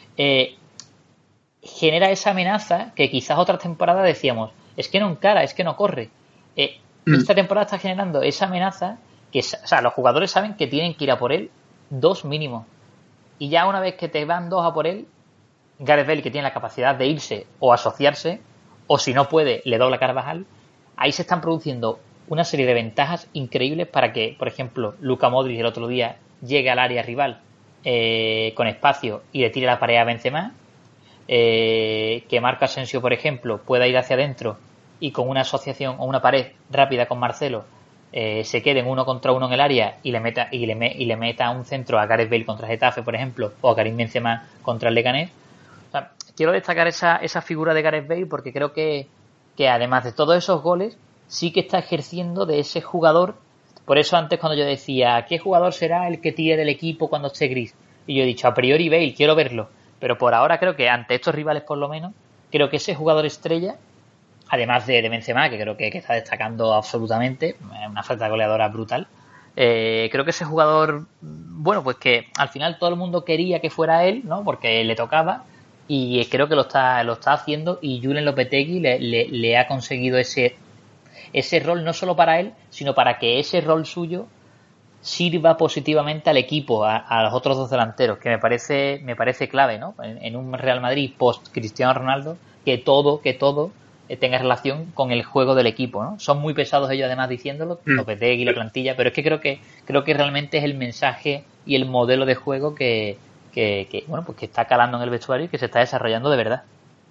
S1: genera esa amenaza que quizás otras temporadas decíamos, es que no encara, es que no corre. Esta temporada está generando esa amenaza que, o sea, los jugadores saben que tienen que ir a por él 2 mínimo. Y ya una vez que te van 2 a por él, Gareth Bale, que tiene la capacidad de irse o asociarse, o si no puede, le dobla Carvajal, ahí se están produciendo una serie de ventajas increíbles para que, por ejemplo, Luka Modric el otro día llegue al área rival con espacio y le tire la pared a Benzema, que Marco Asensio, por ejemplo, pueda ir hacia adentro y con una asociación o una pared rápida con Marcelo se quede en 1 contra 1 en el área y le meta un centro a Gareth Bale contra Getafe, por ejemplo, o a Karim Benzema contra el Leganés. quiero destacar esa figura de Gareth Bale porque creo que además de todos esos goles, sí que está ejerciendo de ese jugador. Por eso antes cuando yo decía, ¿qué jugador será el que tire del equipo cuando esté gris? Y yo he dicho, a priori Bale, quiero verlo. Pero por ahora creo que ante estos rivales por lo menos, creo que ese jugador estrella, además de Benzema, que creo que está destacando absolutamente, una falta goleadora brutal, creo que ese jugador, bueno, pues que al final todo el mundo quería que fuera él, ¿no? Porque le tocaba, y creo que lo está haciendo, y Julen Lopetegui le ha conseguido ese rol no solo para él, sino para que ese rol suyo sirva positivamente al equipo, a los otros dos delanteros, que me parece clave, ¿no? En un Real Madrid post Cristiano Ronaldo, que todo tenga relación con el juego del equipo, ¿no? Son muy pesados ellos además diciéndolo, Lopetegui, la plantilla, pero es que creo que realmente es el mensaje y el modelo de juego que bueno, pues que está calando en el vestuario y que se está desarrollando de verdad.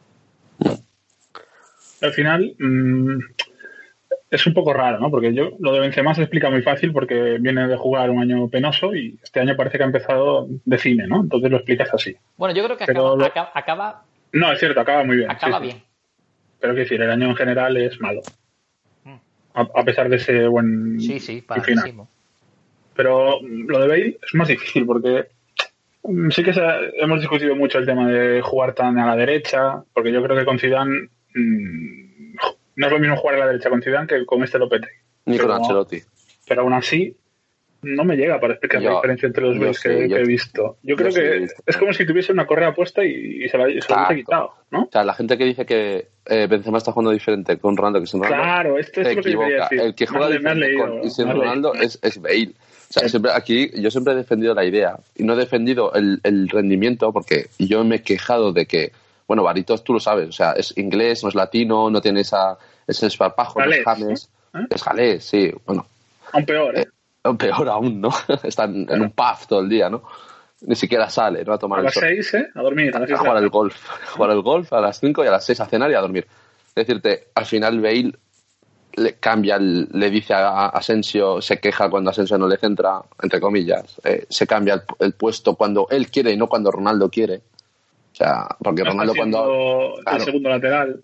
S2: Al final es un poco raro, ¿no? Porque lo de Benzema se explica muy fácil porque viene de jugar un año penoso y este año parece que ha empezado de cine, ¿no? Entonces lo explicas así.
S1: Bueno, yo creo que acaba.
S2: No, es cierto, acaba muy bien.
S1: Acaba bien.
S2: Pero quiero decir, el año en general es malo. A pesar de ese buen
S1: final.
S2: Pero lo de Bale es más difícil porque sí que hemos discutido mucho el tema de jugar tan a la derecha, porque yo creo que con Zidane no es lo mismo jugar a la derecha con Zidane que con este Lopetegui.
S3: Ni con Ancelotti.
S2: Pero aún así no me llega para explicar la diferencia entre los Bales que he visto. Yo creo que es como si tuviese una correa puesta y se la hubiese quitado, ¿no?
S3: O sea, la gente que dice que Benzema está jugando diferente con Ronaldo que sin Ronaldo,
S2: claro, esto es lo que yo quería decir.
S3: El que juega diferente con y sin Ronaldo es Bale. O sea, yo siempre he defendido la idea y no he defendido el rendimiento porque yo me he quejado de que, bueno, Barritos tú lo sabes, o sea, es inglés, no es latino, no tiene ese esparpajo,
S2: galés,
S3: James, es galés, sí, bueno.
S2: Aún peor,
S3: Peor aún, ¿no? Están en un pub todo el día, ¿no? Ni siquiera sale, ¿no? A tomar el sol.
S2: A las 6, A dormir.
S3: A jugar al golf. Jugar al golf a las 5 y a las 6 a cenar y a dormir. Es decirte, al final Bale le dice a Asensio, se queja cuando Asensio no le centra, entre comillas. Se cambia el puesto cuando él quiere y no cuando Ronaldo quiere. O sea, porque Ronaldo cuando...
S2: El segundo lateral...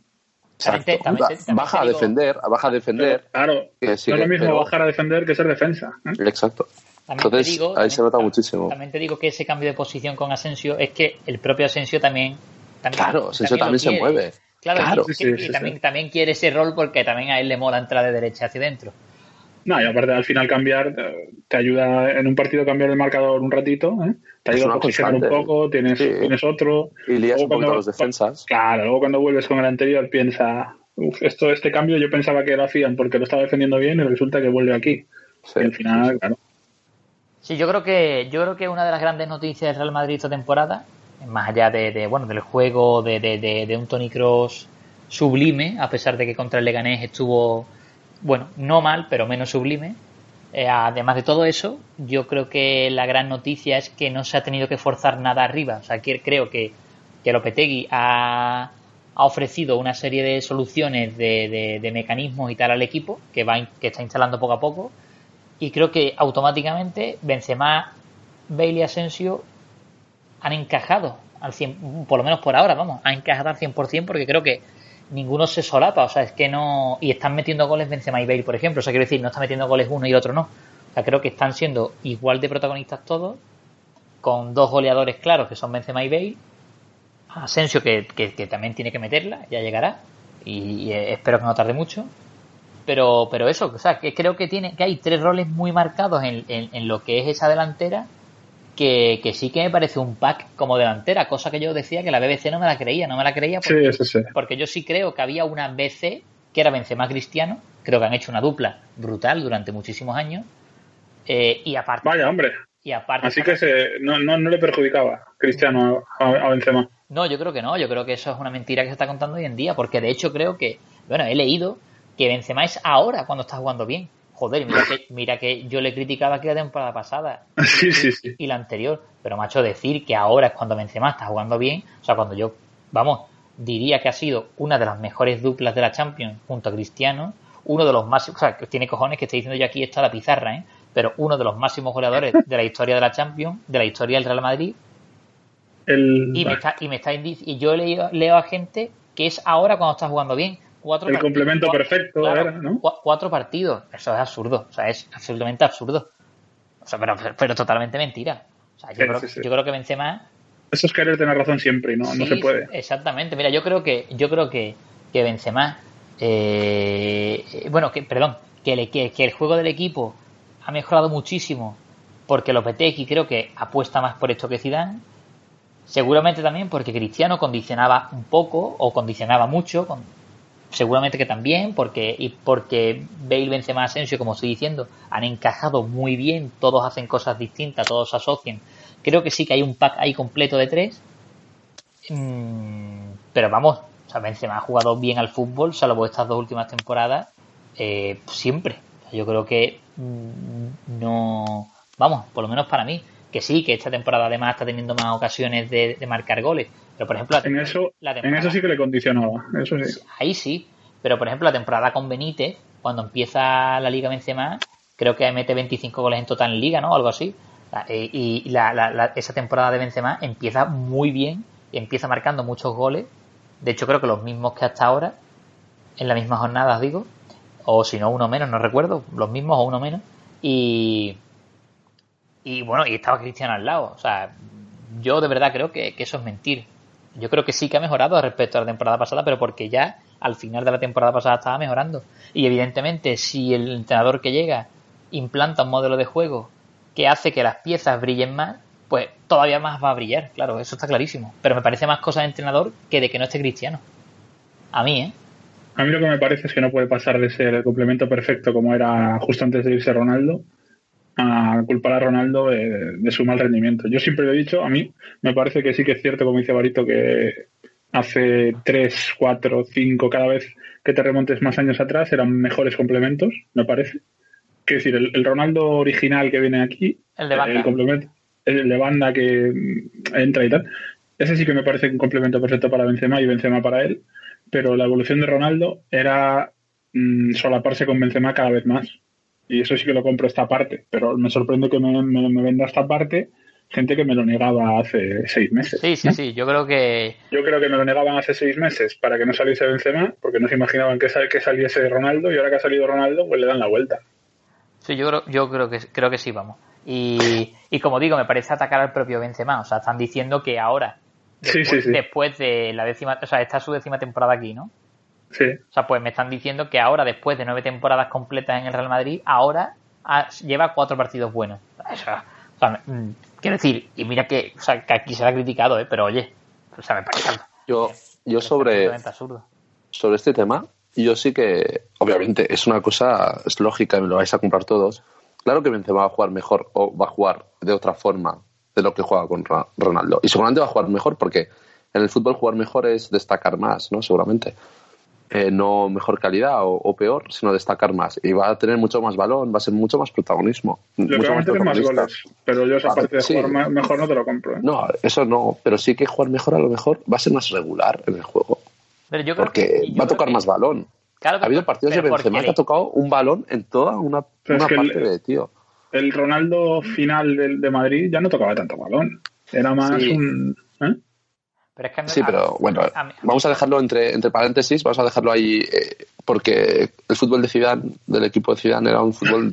S3: Baja a defender.
S2: Claro, no es lo mismo bajar a defender que ser defensa.
S3: Exacto. Entonces, ahí se nota muchísimo.
S1: También te digo que ese cambio de posición con Asensio es que el propio Asensio también
S3: claro, Asensio también se mueve.
S1: Claro. Y también quiere ese rol porque también a él le mola entrar de derecha hacia adentro.
S2: No, y aparte al final cambiar te ayuda en un partido cambiar el marcador un ratito, te ayuda a posicionar un poco, tienes otro.
S3: Y lías un poquito a los defensas.
S2: Claro, luego cuando vuelves con el anterior piensa, este cambio yo pensaba que lo hacían porque lo estaba defendiendo bien y resulta que vuelve aquí. Sí, y al final, claro.
S1: Sí, yo creo que una de las grandes noticias del Real Madrid esta temporada, más allá del juego de un Toni Kroos sublime, a pesar de que contra el Leganés estuvo, bueno, no mal, pero menos sublime. Además de todo eso, yo creo que la gran noticia es que no se ha tenido que forzar nada arriba. O sea, creo que Lopetegui ha ofrecido una serie de soluciones de mecanismos y tal al equipo que está instalando poco a poco. Y creo que automáticamente Benzema, Bale y Asensio han encajado al 100%, por lo menos por ahora, han encajado al 100% porque creo que ninguno se solapa, o sea, es que no... Y están metiendo goles Benzema y Bale, por ejemplo, o sea, quiero decir, no está metiendo goles uno y el otro no. O sea, creo que están siendo igual de protagonistas todos, con dos goleadores claros que son Benzema y Bale, Asensio que también tiene que meterla, ya llegará, y espero que no tarde mucho. Pero eso, o sea, que creo que hay tres roles muy marcados en lo que es esa delantera que sí que me parece un pack como delantera, cosa que yo decía que la BBC no me la creía porque yo sí creo que había una BC que era Benzema Cristiano, creo que han hecho una dupla brutal durante muchísimos años y aparte...
S2: Vaya, hombre. Así que no le perjudicaba Cristiano a Benzema.
S1: No, yo creo que no, yo creo que eso es una mentira que se está contando hoy en día, porque de hecho creo que, bueno, he leído que Benzema es ahora cuando está jugando bien. Joder, mira que yo le criticaba aquí la temporada pasada y la anterior, pero macho, decir que ahora es cuando Benzema está jugando bien, o sea, cuando yo, diría que ha sido una de las mejores duplas de la Champions junto a Cristiano, uno de los máximos, o sea, que tiene cojones que estoy diciendo yo aquí está la pizarra, pero uno de los máximos goleadores de la historia de la Champions, de la historia del Real Madrid, Y yo leo a gente que es ahora cuando está jugando bien.
S2: El complemento perfecto,
S1: claro,
S2: era, ¿no?
S1: 4 partidos. Eso es absurdo. O sea, es absolutamente absurdo. O sea, pero totalmente mentira. O sea, yo creo que Benzema...
S2: Eso es querer tener razón siempre y no se puede.
S1: Exactamente. Mira, yo creo que Benzema... que el juego del equipo ha mejorado muchísimo porque Lopetegui creo que apuesta más por esto que Zidane. Seguramente también porque Cristiano condicionaba un poco o condicionaba mucho, seguramente que también porque Bale, Benzema, Asensio, como estoy diciendo, han encajado muy bien, todos hacen cosas distintas, todos se asocian. Creo que sí que hay un pack ahí completo de 3, pero vamos, o sea, Benzema ha jugado bien al fútbol, salvo estas 2 últimas temporadas, siempre. Yo creo que no, vamos, por lo menos para mí, que sí, que esta temporada además está teniendo más ocasiones de marcar goles, pero por ejemplo
S2: en eso sí que le condicionaba, eso sí.
S1: Ahí sí, pero por ejemplo la temporada con Benítez, cuando empieza la Liga Benzema, creo que mete 25 goles en total en Liga, ¿no? Algo así. Y esa temporada de Benzema empieza muy bien y empieza marcando muchos goles. De hecho creo que los mismos que hasta ahora, en la misma jornada, digo, o si no uno menos, no recuerdo, los mismos o uno menos. Y bueno, y estaba Cristiano al lado. O sea, yo de verdad creo que eso es mentir. Yo creo que sí que ha mejorado respecto a la temporada pasada, pero porque ya al final de la temporada pasada estaba mejorando. Y evidentemente, si el entrenador que llega implanta un modelo de juego que hace que las piezas brillen más, pues todavía más va a brillar, claro, eso está clarísimo. Pero me parece más cosa de entrenador que de que no esté Cristiano. A mí, ¿eh?
S2: A mí lo que me parece es que no puede pasar de ser el complemento perfecto como era justo antes de irse Ronaldo a culpar a Ronaldo de su mal rendimiento. Yo siempre lo he dicho, a mí me parece que sí que es cierto, como dice Barito, que hace 3, 4, 5, cada vez que te remontes más años atrás eran mejores complementos, me parece. Quiero decir, el Ronaldo original que viene aquí,
S1: el de banda,
S2: el complemento, el de banda que entra y tal, ese sí que me parece un complemento perfecto para Benzema y Benzema para él, pero la evolución de Ronaldo era solaparse con Benzema cada vez más. Y eso sí que lo compro esta parte, pero me sorprende que me venda esta parte gente que me lo negaba hace 6 meses.
S1: Sí, yo creo que
S2: me lo negaban hace 6 meses para que no saliese Benzema, porque no se imaginaban que saliese Ronaldo, y ahora que ha salido Ronaldo, pues le dan la vuelta.
S1: Sí, yo creo que sí, vamos. Y como digo, me parece atacar al propio Benzema. O sea, están diciendo que ahora, después de la 10ª, o sea, esta es su 10ª temporada aquí, ¿no?
S2: Sí.
S1: O sea, pues me están diciendo que ahora, después de 9 temporadas completas en el Real Madrid, ahora lleva 4 partidos buenos. O sea, quiero decir, y mira que aquí se le ha criticado, pero oye, o sea, me parece algo.
S3: Yo sobre este tema, yo sí que, obviamente, es una cosa, es lógica y me lo vais a comprar todos. Claro que Benzema va a jugar mejor o va a jugar de otra forma de lo que juega con Ronaldo. Y seguramente va a jugar mejor porque en el fútbol jugar mejor es destacar más, ¿no? Seguramente. No mejor calidad o peor, sino destacar más. Y va a tener mucho más balón, va a ser mucho más protagonismo.
S2: Lo que va a tener más goles, pero yo esa parte de jugar mejor no te lo compro.
S3: No, eso no, pero sí que jugar mejor a lo mejor va a ser más regular en el juego.
S1: Pero yo
S3: porque va a tocar más balón.
S1: Claro,
S3: ha habido partidos de Benzema que ha tocado un balón en toda una parte de tío.
S2: El Ronaldo final de Madrid ya no tocaba tanto balón. Era más un...
S1: Pero es que
S3: pero bueno, vamos a dejarlo entre paréntesis, vamos a dejarlo ahí porque el fútbol de Zidane, del equipo de Zidane, era un fútbol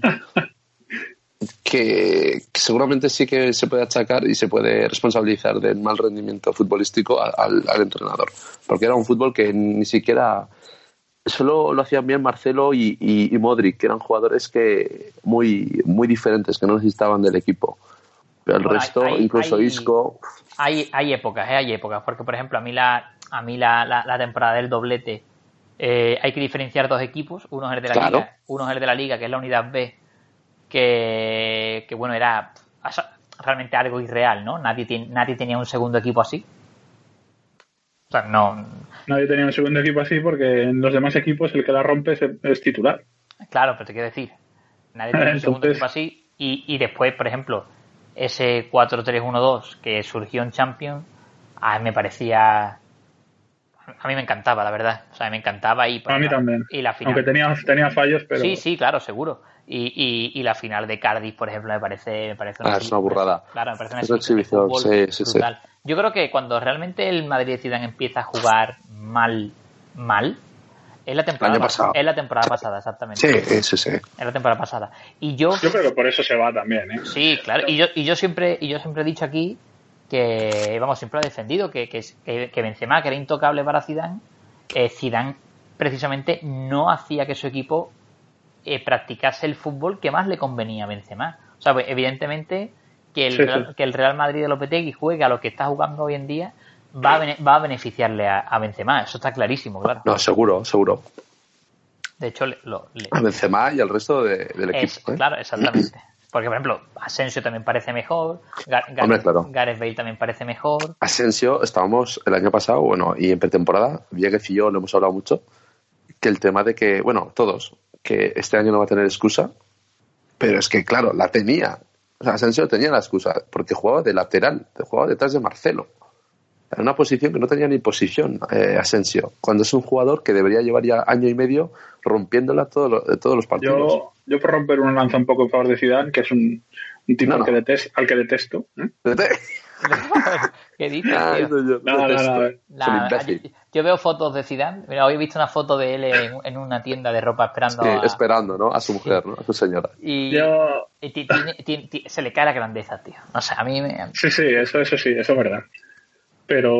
S3: que seguramente sí que se puede achacar y se puede responsabilizar del mal rendimiento futbolístico al entrenador, porque era un fútbol que ni siquiera solo lo hacían bien Marcelo y Modric, que eran jugadores que muy, muy diferentes, que no necesitaban del equipo. Pero el resto, incluso Isco...
S1: Hay épocas, porque por ejemplo a mí la temporada del doblete hay que diferenciar 2 equipos, uno es el de la Liga, uno es el de la Liga, que es la Unidad B, que bueno, era realmente algo irreal, ¿no? Nadie tenía un segundo equipo así. O sea, no...
S2: Nadie tenía un segundo equipo así porque en los demás equipos el que la rompe es titular.
S1: Claro, pero te quiero decir, nadie tenía un segundo equipo así y después, por ejemplo, ese 4-3-1-2 que surgió en Champions, a mí me encantaba, la verdad. O sea, me encantaba
S2: a mí también.
S1: Y la final.
S2: Aunque tenía fallos, pero...
S1: Sí, claro, seguro. Y la final de Cardiff, por ejemplo, me parece
S3: es una burrada.
S1: Claro, me parece una
S3: es una exhibición
S1: de fútbol
S3: sí.
S1: brutal. Yo creo que cuando realmente el Madrid de Zidane empieza a jugar mal, es la temporada pasada. Es la temporada pasada, exactamente.
S3: Sí.
S1: Es la temporada pasada. Y yo
S2: creo que por eso se va también, ¿eh?
S1: Sí, claro. Y yo siempre he dicho aquí que, vamos, siempre lo he defendido que Benzema, que era intocable para Zidane, Zidane precisamente no hacía que su equipo practicase el fútbol que más le convenía a Benzema. O sea, pues, evidentemente que el Real Madrid de Lopetegui juegue a lo que está jugando hoy en día va a beneficiarle a Benzema. Eso está clarísimo, claro.
S3: No, seguro.
S1: De hecho,
S3: a Benzema y al resto del equipo.
S1: Claro, exactamente. Porque, por ejemplo, Asensio también parece mejor.
S3: Hombre, claro.
S1: Gareth Bale también parece mejor.
S3: Asensio, estábamos el año pasado, y en pretemporada, Vieguez y yo lo hemos hablado mucho, que el tema de que, todos, que este año no va a tener excusa, pero es que, claro, la tenía. O sea, Asensio tenía la excusa, porque jugaba de lateral, jugaba detrás de Marcelo. En una posición que no tenía ni posición, Asensio, cuando es un jugador que debería llevar ya año y medio rompiéndola todos los partidos.
S2: Yo por romper una lanza un poco en favor de Zidane, que es un tipo al que detesto.
S1: ¿Qué dices, tío? Yo veo fotos de Zidane. Mira, hoy he visto una foto de él en una tienda de ropa esperando
S3: esperando, ¿no? A su mujer, ¿no? A su señora.
S1: Y se le cae la grandeza, tío. O sea, a mí me...
S2: Sí, eso es verdad. Pero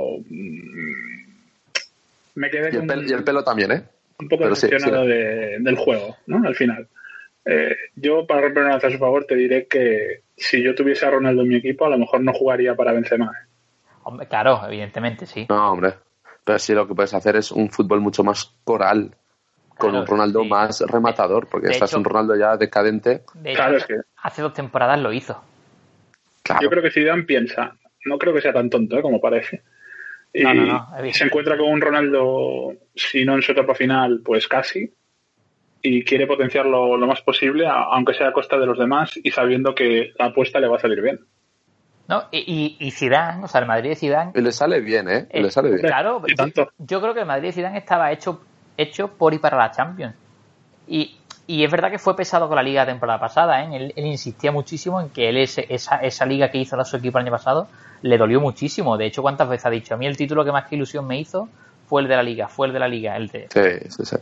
S2: me quedé
S3: y el pelo también, ¿eh?
S2: Un poco decepcionado del juego, ¿no? Al final. Yo, para romper una lanza a su favor, te diré que si yo tuviese a Ronaldo en mi equipo, a lo mejor no jugaría para Benzema.
S1: Hombre, claro, evidentemente, sí.
S3: No, hombre. Pero sí, lo que puedes hacer es un fútbol mucho más coral, con un Ronaldo más rematador, porque estás un Ronaldo ya decadente.
S1: Claro, es que hace 2 temporadas lo hizo.
S2: Claro. Yo creo que Zidane piensa, no creo que sea tan tonto como parece. Y se encuentra con un Ronaldo, si no en su etapa final, pues casi, y quiere potenciarlo lo más posible, aunque sea a costa de los demás, y sabiendo que la apuesta le va a salir bien.
S1: No, y Zidane, o sea, el Madrid de Zidane...
S3: Y le sale bien, ¿eh? Le sale bien.
S1: Claro, yo creo que el Madrid de Zidane estaba hecho por y para la Champions. Y es verdad que fue pesado con la Liga la temporada pasada, ¿eh? Él insistía muchísimo en que esa Liga que hizo a su equipo el año pasado le dolió muchísimo. De hecho, ¿cuántas veces ha dicho? A mí el título que más que ilusión me hizo fue el de la Liga.
S3: Sí.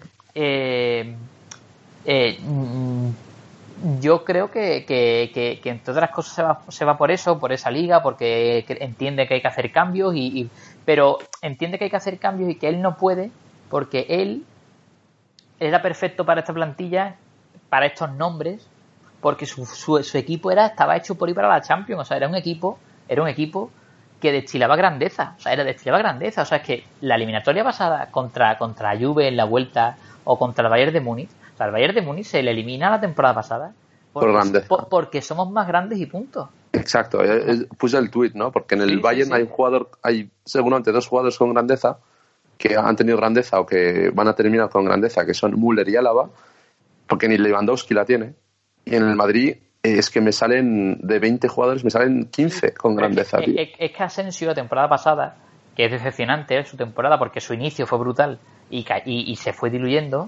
S1: Yo creo que entre otras cosas se va por eso, por esa liga, porque entiende que hay que hacer cambios, pero entiende que hay que hacer cambios y que él no puede, porque él era perfecto para esta plantilla, para estos nombres, porque su equipo estaba hecho por ir para la Champions. O sea, era un equipo que destilaba grandeza. O sea, O sea, es que la eliminatoria pasada contra Juve en la vuelta o contra el Bayern de Múnich, o sea, el Bayern de Múnich se le elimina la temporada pasada porque somos más grandes y punto.
S3: Exacto. Puse el tuit, ¿no? Porque en el Bayern hay seguramente 2 jugadores con grandeza que han tenido grandeza o que van a terminar con grandeza, que son Müller y Álava, porque ni Lewandowski la tiene. Y en el Madrid es que me salen de 20 jugadores, me salen 15 con grandeza.
S1: Es que Asensio la temporada pasada, que es decepcionante su temporada porque su inicio fue brutal y se fue diluyendo,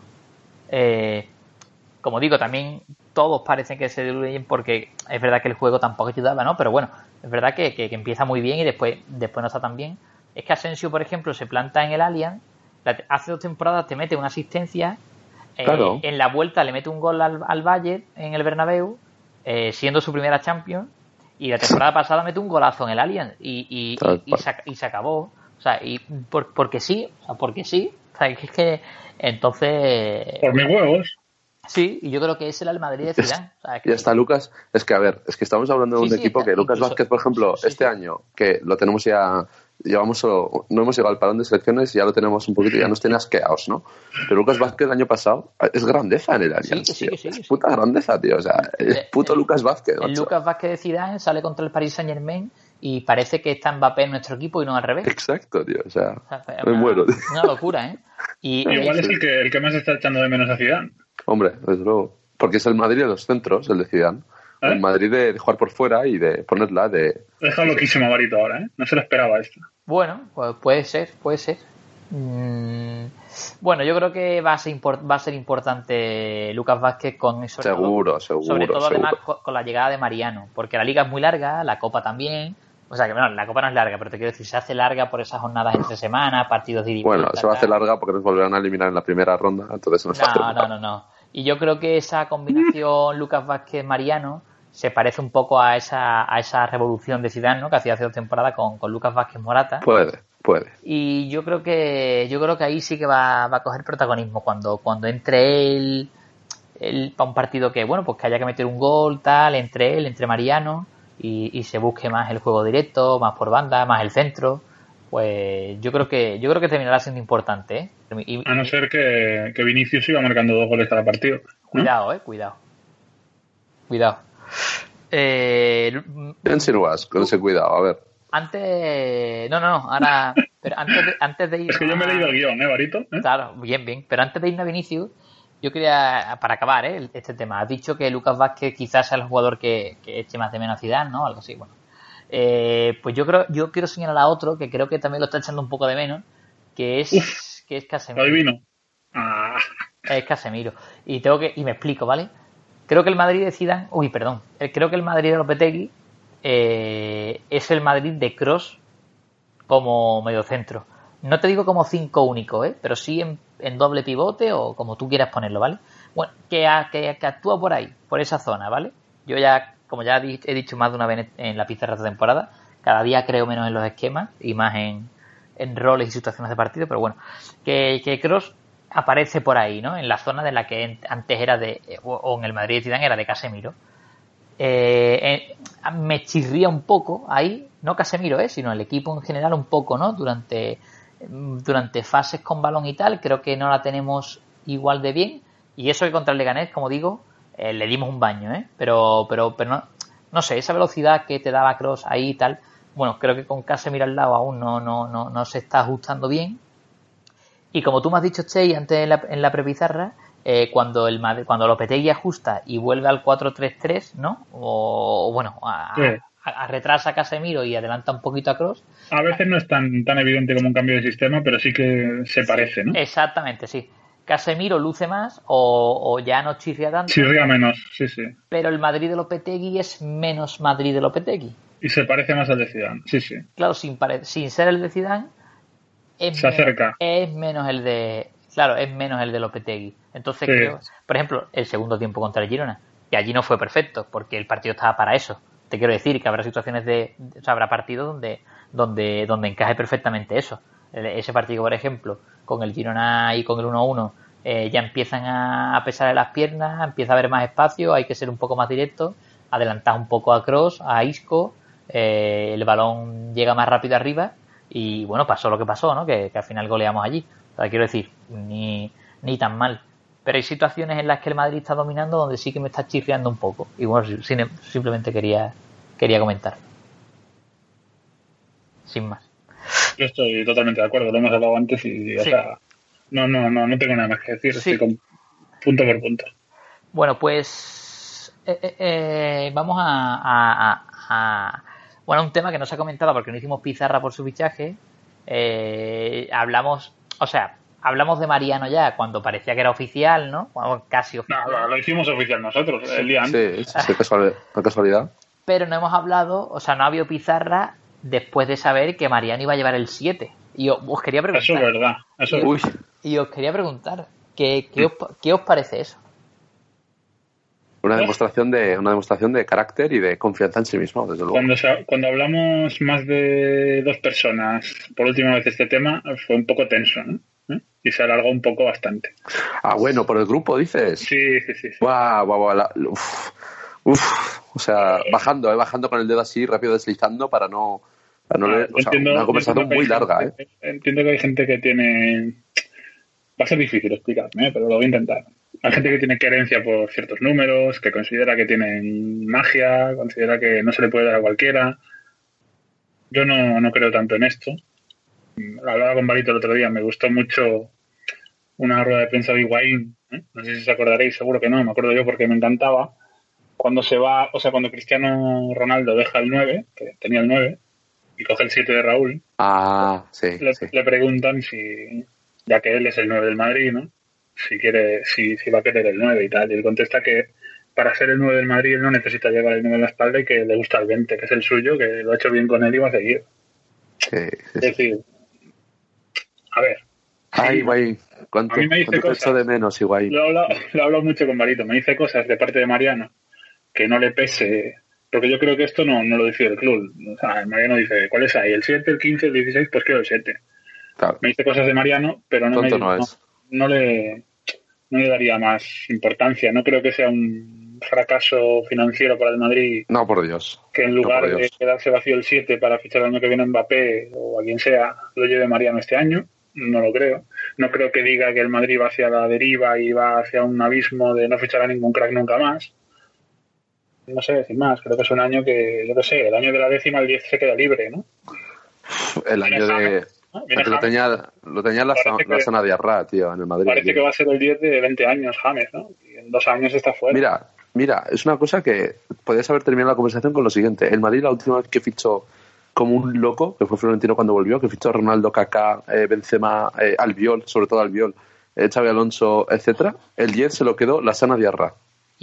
S1: como digo, también todos parecen que se diluyen porque es verdad que el juego tampoco ayudaba, ¿no? Pero bueno, es verdad que empieza muy bien y después no está tan bien. Es que Asensio, por ejemplo, se planta en el Allianz, hace 2 temporadas te mete una asistencia,
S3: claro.
S1: En la vuelta le mete un gol al Bayern en el Bernabéu, siendo su primera Champions, y la temporada pasada mete un golazo en el Allianz y se acabó. O sea, porque sí, o sea, es que entonces...
S2: Por mis huevos.
S3: Sí,
S1: y yo creo que ese era el Madrid de Zidane. O sea,
S3: y hasta Lucas, es que estamos hablando de un equipo que Lucas Vázquez, por ejemplo, este año, que lo tenemos ya, no hemos llegado al parón de selecciones y ya lo tenemos un poquito, ya nos tiene asqueados, ¿no? Pero Lucas Vázquez el año pasado es grandeza en el Allianz, es puta grandeza, tío, o sea, es puto Lucas Vázquez.
S1: El Lucas Vázquez de Zidane sale contra el Paris Saint-Germain y parece que está Mbappé en nuestro equipo y no al revés.
S3: Exacto, tío, o sea me muero, tío.
S1: Una locura, ¿eh?
S2: Igual es el que más está echando de menos a Zidane.
S3: Hombre, desde luego. Porque es el Madrid de los centros, el de Zidane. El Madrid de jugar por fuera y de ponerla de...
S2: Deja loquísimo a Barito ahora, ¿eh? No se lo esperaba esto.
S1: Bueno, pues puede ser. Bueno, yo creo que va a ser importante Lucas Vázquez
S3: seguro.
S1: Además con la llegada de Mariano, porque la liga es muy larga, la Copa también. O sea que bueno, la Copa no es larga, pero te quiero decir, se hace larga por esas jornadas entre semanas, partidos de ida y vuelta.
S3: Bueno, se va a hacer larga porque nos volverán a eliminar en la primera ronda, entonces
S1: no. Y yo creo que esa combinación Lucas Vázquez-Mariano se parece un poco a esa revolución de Zidane, ¿no? Que hacía hace 2 temporadas con Lucas Vázquez-Morata.
S3: Puede.
S1: Y yo creo que ahí sí que va a coger protagonismo cuando entre él para un partido que bueno, pues que haya que meter un gol, tal, entre Mariano y se busque más el juego directo, más por banda, más el centro. Pues yo creo que terminará siendo importante, ¿eh?
S2: A no ser que Vinicius siga marcando 2 goles cada partido, ¿no?
S1: Cuidado.
S3: ¿Qué insinúas con ese cuidado? A ver.
S1: Antes... No, ahora... Pero antes de ir...
S2: Es que yo me he leído el guión, Barito?
S1: Claro, bien. Pero antes de irnos a Vinicius, yo quería, para acabar este tema, has dicho que Lucas Vázquez quizás sea el jugador que eche más de menos a Zidane, ¿no? Algo así, bueno. Pues yo quiero señalar a otro que creo que también lo está echando un poco de menos, que es Casemiro.
S2: Adivino.
S1: Es Casemiro. Y me explico, ¿vale? Creo que el Madrid de Zidane... Creo que el Madrid de Lopetegui es el Madrid de Kroos como mediocentro. No te digo como 5 único, pero sí en doble pivote o como tú quieras ponerlo, ¿vale? Bueno, que actúa por ahí, por esa zona, ¿vale? Yo ya, como ya he dicho más de una vez en la pizarra de temporada, cada día creo menos en los esquemas y más en roles y situaciones de partido, pero bueno, que Kroos aparece por ahí, ¿no? En la zona de la que antes era o en el Madrid de Zidane era de Casemiro. Me chirría un poco ahí, no Casemiro, sino el equipo en general un poco, ¿no? Durante fases con balón y tal, creo que no la tenemos igual de bien, y eso que contra el Leganés, como digo, le dimos un baño, pero no sé, esa velocidad que te daba Kroos ahí y tal, bueno, creo que con Casemiro al lado aún no se está ajustando bien. Y como tú me has dicho, Che, antes en la prepizarra, cuando Lopetegui ajusta y vuelve al 4-3-3, ¿no? O bueno, retrasa a Casemiro y adelanta un poquito a Kroos.
S2: A veces no es tan evidente como un cambio de sistema, pero sí que se parece, ¿no?
S1: Exactamente, sí. Casemiro luce más o ya no chirria tanto.
S2: Chirria menos, sí.
S1: Pero el Madrid de Lopetegui es menos Madrid de Lopetegui.
S2: Y se parece más al de Zidane, sí.
S1: Claro, sin ser el de Zidane,
S2: se acerca.
S1: Es menos el de Lopetegui. Entonces creo, por ejemplo, el segundo tiempo contra el Girona, que allí no fue perfecto, porque el partido estaba para eso. Te quiero decir que habrá situaciones habrá partidos donde encaje perfectamente eso. Ese partido, por ejemplo, con el Girona y con el 1-1, ya empiezan a pesar las piernas, empieza a haber más espacio, hay que ser un poco más directo, adelantar un poco a Kroos, a Isco, el balón llega más rápido arriba y bueno, pasó lo que pasó, ¿no? Que al final goleamos allí. O sea, quiero decir, ni tan mal. Pero hay situaciones en las que el Madrid está dominando donde sí que me está chirriando un poco. Y bueno, simplemente quería comentar. Sin más.
S2: Yo estoy totalmente de acuerdo, lo hemos hablado antes y, o sea, no tengo nada más que decir, estoy con punto por punto. Bueno,
S1: pues vamos a un tema que no se ha comentado porque no hicimos pizarra por su fichaje. Hablamos de Mariano ya cuando parecía que era oficial, ¿no? Bueno, casi oficial.
S2: No, lo hicimos oficial nosotros, el día antes.
S3: Sí, qué casualidad.
S1: Pero no hemos hablado, o sea, no ha habido pizarra después de saber que Mariano iba a llevar el 7. Y os quería preguntar...
S2: Eso es verdad.
S1: Y os quería preguntar, ¿qué os parece eso?
S3: Una demostración de carácter y de confianza en sí mismo, desde luego.
S2: Cuando hablamos más de 2 personas por última vez este tema, fue un poco tenso, ¿no? Y se alargó un poco bastante.
S3: Ah, bueno, por el grupo, dices.
S2: Sí.
S3: Guau. O sea, bajando con el dedo así, rápido deslizando para no leer. O sea, una conversación muy larga,
S2: Entiendo que hay gente que tiene... Va a ser difícil explicarme, pero lo voy a intentar. Hay gente que tiene querencia por ciertos números, que considera que tienen magia, considera que no se le puede dar a cualquiera. Yo no creo tanto en esto. Hablaba con Barito el otro día, me gustó mucho una rueda de prensa de Higuaín, no sé si os acordaréis, seguro que no, me acuerdo yo porque me encantaba. Cuando cuando Cristiano Ronaldo deja el 9, que tenía el 9, y coge el 7 de Raúl,
S3: Sí.
S2: le preguntan si, ya que él es el 9 del Madrid, ¿no? Si va a querer el 9 y tal. Y él contesta que para ser el 9 del Madrid él no necesita llevar el 9 en la espalda y que le gusta el 20, que es el suyo, que lo ha hecho bien con él y va a seguir.
S3: Sí.
S2: Es decir, a ver.
S3: Ay, Higuaín, ¿cuánto
S2: A mí me dice
S3: te
S2: cosas.
S3: echo de menos, Higuaín?
S2: Lo he hablado mucho con Marito. Me dice cosas de parte de Mariano que no le pese, porque yo creo que esto no lo decide el club. O sea, Mariano dice, ¿cuál es ahí? ¿El 7, el 15, el 16? Pues quiero el 7.
S3: Claro.
S2: Me dice cosas de Mariano, pero
S3: Tonto no es.
S2: no le daría más importancia. No creo que sea un fracaso financiero para el Madrid.
S3: No, por Dios.
S2: Que en lugar de quedarse vacío el 7 para fichar el año que viene a Mbappé o a quien sea, lo lleve Mariano este año. No lo creo. No creo que diga que el Madrid va hacia la deriva y va hacia un abismo de no fichar a ningún crack nunca más. No sé decir más. Creo que es un año que, yo qué sé, el año de la 10ª, el 10 se queda libre, ¿no?
S3: El año de... Lo tenía la zona de Arra, tío, en el Madrid.
S2: Parece que va a ser el 10 de 20 años, James, ¿no? Y en 2 años está fuera.
S3: Mira, es una cosa que podías haber terminado la conversación con lo siguiente. El Madrid la última vez que fichó como un loco, que fue Florentino cuando volvió, que fichó a Ronaldo, Kaká, Benzema, Albiol, sobre todo Albiol, Xabi Alonso, etcétera. El 10 se lo quedó la sana Diarra.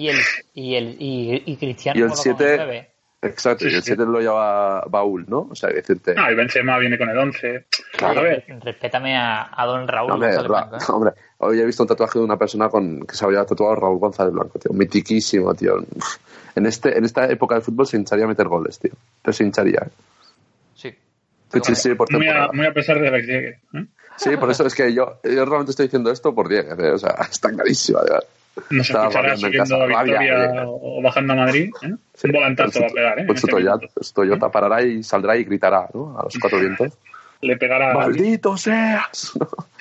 S1: Y Cristiano
S3: y el 7, exacto, sí, y el 7 lo lleva Baúl, ¿no? O sea, decirte...
S2: el Benzema viene con el 11.
S1: Claro. A ver. Respétame a don Raúl González Blanco.
S3: Hombre, hoy he visto un tatuaje de una persona que se había tatuado Raúl González Blanco, tío. Mitiquísimo, tío. En esta época del fútbol se hincharía a meter goles, tío. Pero se hincharía, ¿eh?
S1: Sí.
S3: Por temporada.
S2: Muy a pesar de la que
S3: Sí, por eso es que yo realmente estoy diciendo esto por Dieguez, ¿eh? O sea, está clarísima, de verdad.
S2: No se escuchará subiendo a Victoria o bajando a Madrid, ¿eh? Sí, un volantazo va a pegar, ¿eh?
S3: Pues su Toyota parará y saldrá y gritará, ¿no? A los 4 vientos.
S2: Le pegará...
S3: ¡Maldito seas!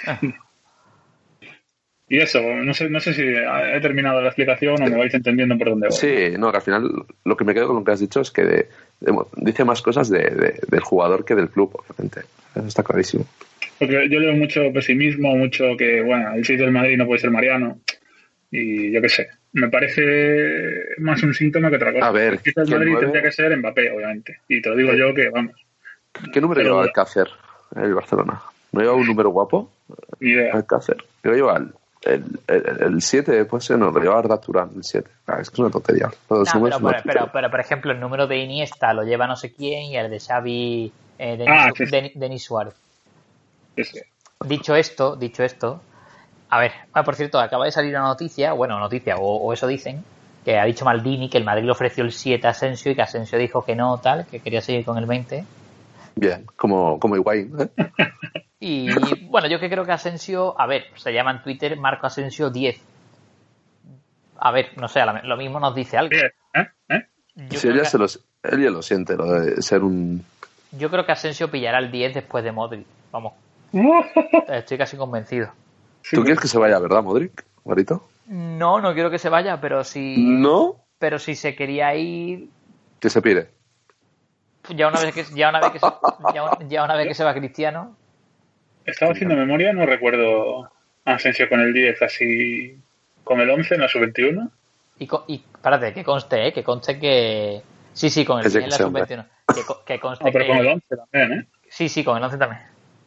S2: Y eso, no sé si he terminado la explicación o me vais entendiendo por dónde voy.
S3: Sí, no, que al final lo que me quedo con lo que has dicho es que dice más cosas del jugador que del club, obviamente. Eso está clarísimo.
S2: Porque yo leo mucho pesimismo, mucho que, bueno, el 6 del Madrid no puede ser Mariano. Y yo qué sé, me parece más un síntoma que otra cosa.
S3: A ver,
S2: el 6 del Madrid tendría que ser Mbappé, obviamente. Y te lo digo yo que, vamos.
S3: ¿Qué número lleva Alcácer el Barcelona? ¿No lleva un número guapo?
S2: Ni idea.
S3: Alcácer. Yo lleva el 7, pues no, lo lleva Arda Turán, el 7. Es que es una tontería.
S1: Pero, por ejemplo, el número de Iniesta lo lleva no sé quién y el de Xavi, Denis Suárez.
S2: Sí.
S1: Dicho esto, a ver, por cierto, acaba de salir una noticia, o eso dicen, que ha dicho Maldini que el Madrid le ofreció el 7 a Asensio y que Asensio dijo que no, tal, que quería seguir con el 20.
S3: Bien, como Higuaín, ¿eh?
S1: Y bueno, yo que creo que Asensio, a ver, se llama en Twitter Marco Asensio 10. A ver, no sé, lo mismo nos dice algo.
S3: Si él ya lo siente, lo de ser un...
S1: Yo creo que Asensio pillará el 10 después de Modric, vamos. Estoy casi convencido.
S3: ¿Tú quieres que se vaya, verdad, Modric, Marito?
S1: No quiero que se vaya, pero si...
S3: ¿No?
S1: Pero si se quería ir...
S3: Que se pire.
S1: Ya una vez que se va Cristiano...
S2: Estaba haciendo memoria, no recuerdo a Asensio con el 10 así, con el 11 en la sub-21.
S1: Y espérate, que conste que... Sí, con el 10 en la sub-21. Que conste
S2: pero con el 11 también, ¿eh?
S1: Sí, con el 11 también.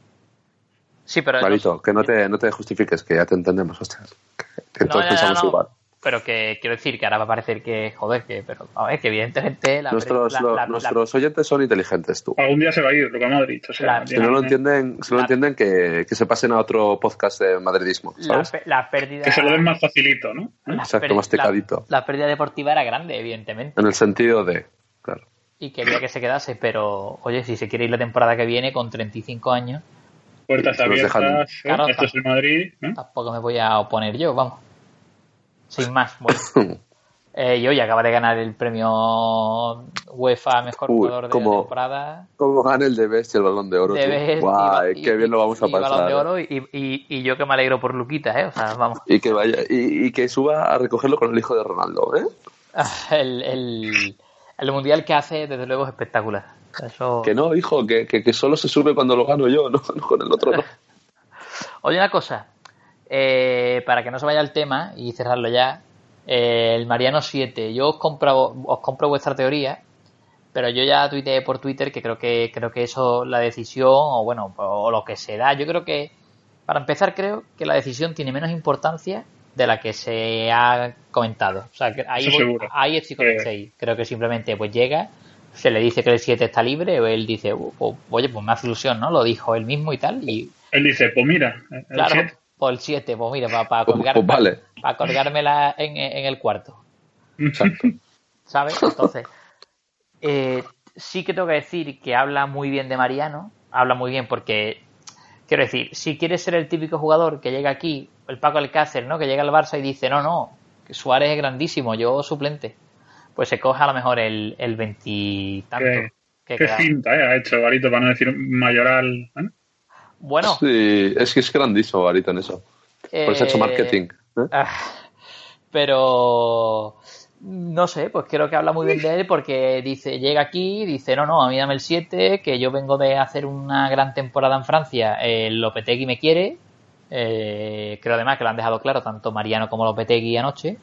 S1: Sí, pero...
S3: Marito, que no te justifiques, que ya te entendemos, hostias. Que todos pensamos igual.
S1: Pero que quiero decir que ahora va a parecer que, joder, pero a ver, que evidentemente...
S3: Nuestros oyentes son inteligentes, tú.
S2: Algún día se va a ir, lo que hemos dicho.
S3: Si no lo entienden, que se pasen a otro podcast de madridismo, ¿sabes?
S1: La pérdida...
S2: Que se lo den más facilito, ¿no?
S3: Exacto, más tecadito.
S1: La pérdida deportiva era grande, evidentemente.
S3: En el sentido de... Claro.
S1: Y quería que se quedase, pero, oye, si se quiere ir la temporada que viene con 35 años...
S2: Puertas abiertas, claro, esto es el Madrid, ¿no?
S1: Tampoco me voy a oponer yo, vamos. Sin más, bueno. Y hoy acaba de ganar el premio UEFA Mejor Jugador de la temporada.
S3: Como gana el de Best y el Balón de Oro. Guay, qué bien lo vamos a pasar.
S1: Balón de Oro y yo que me alegro por Luquita, ¿eh? O sea, vamos.
S3: Y que vaya y que suba a recogerlo con el hijo de Ronaldo, ¿eh?
S1: El mundial que hace, desde luego, es espectacular. Eso...
S3: Que no, hijo, que solo se sube cuando lo gano yo, no con el otro no.
S1: Oye, una cosa. Para que no se vaya el tema y cerrarlo ya, el Mariano 7, yo os compro vuestra teoría, Pero yo ya tuiteé por Twitter que creo que eso, la decisión, o bueno, o lo que se da, yo creo que, para empezar, creo que la decisión tiene menos importancia de la que se ha comentado. O sea, que ahí estoy con el 6. Creo que simplemente pues llega, se le dice que el 7 está libre, o él dice, oye, pues me hace ilusión, ¿no? Lo dijo él mismo y tal. Y
S2: él dice, pues mira,
S1: claro,
S2: 7.
S1: Pues el 7, pues mira, para colgar,
S3: Pues vale.
S1: para colgármela en el cuarto.
S3: Exacto.
S1: ¿Sabes? Entonces, sí que tengo que decir que habla muy bien de Mariano. Habla muy bien porque, quiero decir, si quieres ser el típico jugador que llega aquí, el Paco Alcácer, ¿no? Que llega al Barça y dice, no, que Suárez es grandísimo, yo suplente. Pues se coge a lo mejor el 20 tanto.
S2: Qué cinta ha hecho Garito, para no decir Mayoral.
S1: Bueno.
S3: Sí, es que es grandísimo Garito en eso. Por eso ha hecho marketing.
S1: Pero no sé, pues creo que habla muy bien de él porque llega aquí y dice, no, a mí dame el 7, que yo vengo de hacer una gran temporada en Francia, Lopetegui me quiere, creo además que lo han dejado claro tanto Mariano como Lopetegui anoche,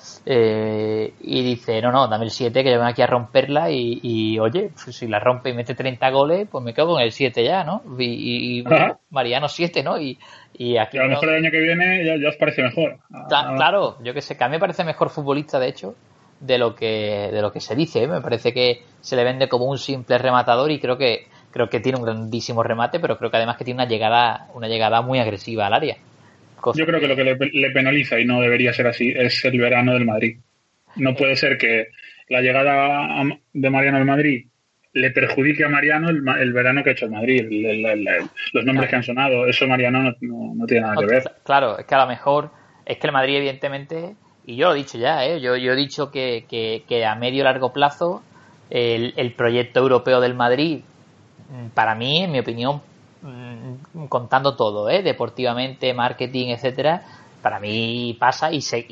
S1: y dice, no, dame el 7, que yo vengo aquí a romperla y oye, pues si la rompe y mete 30 goles, pues me quedo con el 7 ya, ¿no? Y Mariano 7, ¿no? Y aquí
S2: a lo mejor el año que viene ya os parece mejor.
S1: Claro, yo que sé, que a mí me parece mejor futbolista, de hecho, de lo que se dice, ¿eh? Me parece que se le vende como un simple rematador y creo que tiene un grandísimo remate, pero creo que además que tiene una llegada muy agresiva al área.
S2: Yo creo que lo que le penaliza, y no debería ser así, es el verano del Madrid. No puede ser que la llegada de Mariano al Madrid le perjudique a Mariano el verano que ha hecho el Madrid, los nombres que han sonado. Eso Mariano no tiene nada que ver.
S1: Claro, es que a lo mejor es que el Madrid, evidentemente, y yo lo he dicho ya, yo he dicho que a medio y largo plazo el proyecto europeo del Madrid, para mí, en mi opinión, contando todo, deportivamente, marketing, etcétera, para mí pasa y sé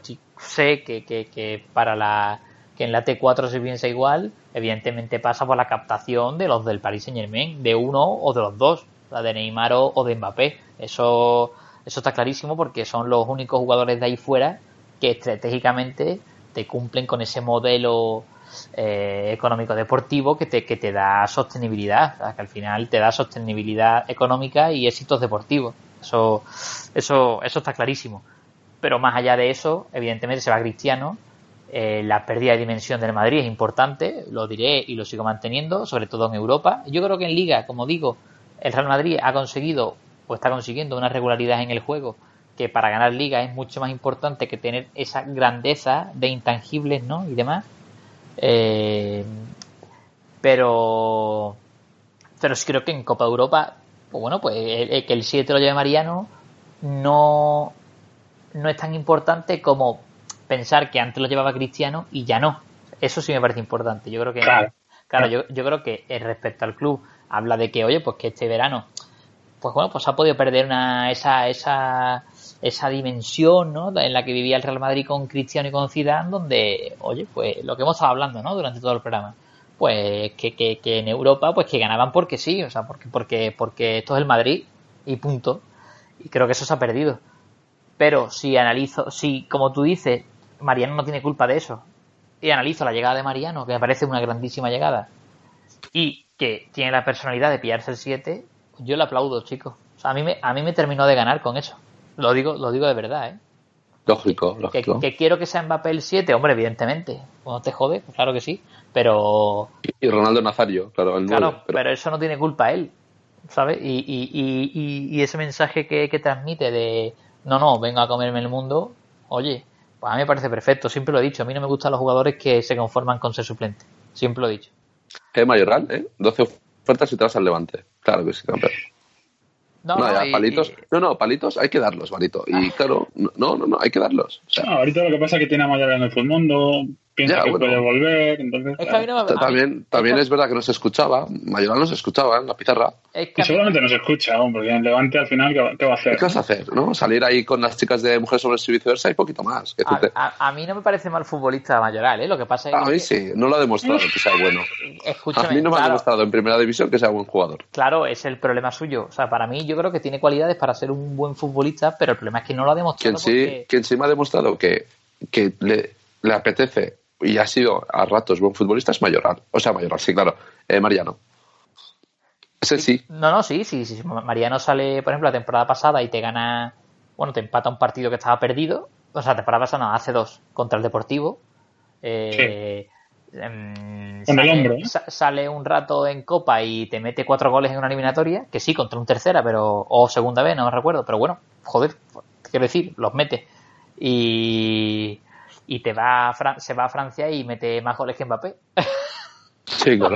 S1: que para que en la T4 se piensa igual, evidentemente pasa por la captación de los del Paris Saint-Germain, de uno o de los dos, la de Neymar o de Mbappé. Eso está clarísimo porque son los únicos jugadores de ahí fuera que estratégicamente te cumplen con ese modelo económico deportivo que te da sostenibilidad, o sea, que al final te da sostenibilidad económica y éxitos deportivos. Eso está clarísimo. Pero más allá de eso, evidentemente se va Cristiano. La pérdida de dimensión del Madrid es importante, lo diré y lo sigo manteniendo, sobre todo en Europa. Yo creo que en Liga, como digo, el Real Madrid ha conseguido o está consiguiendo una regularidad en el juego que para ganar Liga es mucho más importante que tener esa grandeza de intangibles, ¿no? Y demás. Pero sí creo que en Copa de Europa, pues bueno, pues que el 7 lo lleve Mariano no es tan importante como pensar que antes lo llevaba Cristiano y ya no. Eso sí me parece importante. Yo creo que yo creo que respecto al club habla de que, oye, pues que este verano pues bueno, pues ha podido perder esa dimensión, ¿no? En la que vivía el Real Madrid con Cristiano y con Zidane, donde, oye, pues lo que hemos estado hablando, ¿no? Durante todo el programa, pues que en Europa, pues que ganaban porque sí, o sea, porque esto es el Madrid y punto. Y creo que eso se ha perdido. Pero si como tú dices, Mariano no tiene culpa de eso, y analizo la llegada de Mariano, que me parece una grandísima llegada, y que tiene la personalidad de pillarse el 7, yo le aplaudo, chicos. O sea, a mí me terminó de ganar con eso. Lo digo de verdad, ¿eh?
S3: Lógico.
S1: Que quiero que sea Mbappé el 7, hombre, evidentemente. Cuando te jode, pues claro que sí. Pero...
S3: Y Ronaldo Nazario, claro, el 9.
S1: Claro, pero eso no tiene culpa él, ¿sabes? Y ese mensaje que transmite de no, vengo a comerme el mundo, oye, pues a mí me parece perfecto. Siempre lo he dicho. A mí no me gustan los jugadores que se conforman con ser suplente. Siempre lo he dicho.
S3: Mayoral, 12 ofertas y te vas al Levante. Claro que sí, campeón. Palitos. Palitos hay que darlos, Barito. Y claro, no, hay que darlos. O sea,
S2: ahorita lo que pasa es que tiene a Mayoral en el Fullmundo, piensa que puede volver, entonces...
S1: Es que
S3: también es verdad que nos escuchaba, Mayoral nos escuchaba en la pizarra.
S2: Y seguramente nos escucha, porque en Levante al final, ¿qué va a hacer?
S3: ¿Qué vas a hacer, no? Salir ahí con las chicas de Mujeres sobre el y viceversa y poquito más.
S1: A mí no me parece mal futbolista Mayoral, ¿eh? Lo que pasa es que...
S3: A mí sí, no lo ha demostrado que sea bueno.
S1: Escúchame,
S3: a mí no me ha demostrado en primera división que sea buen jugador.
S1: Claro, es el problema suyo. O sea, para mí yo creo que tiene cualidades para ser un buen futbolista, pero el problema es que no lo ha demostrado.
S3: Quien sí me ha demostrado que le apetece y ha sido a ratos buen futbolista es Mayoral. O sea, Mayoral, sí, claro. Mariano. Ese sí.
S1: No, sí. Mariano sale, por ejemplo, la temporada pasada y te gana, bueno, te empata un partido que estaba perdido. O sea, temporada pasada no, hace 2 contra el Deportivo.
S2: Con el hombro, ¿eh?
S1: Sale un rato en Copa y te mete 4 goles en una eliminatoria, que sí, contra un tercera, pero o segunda vez, no recuerdo, pero bueno, joder, quiero decir, los mete. Y se va a Francia y mete más goles que Mbappé.
S3: Sí, claro.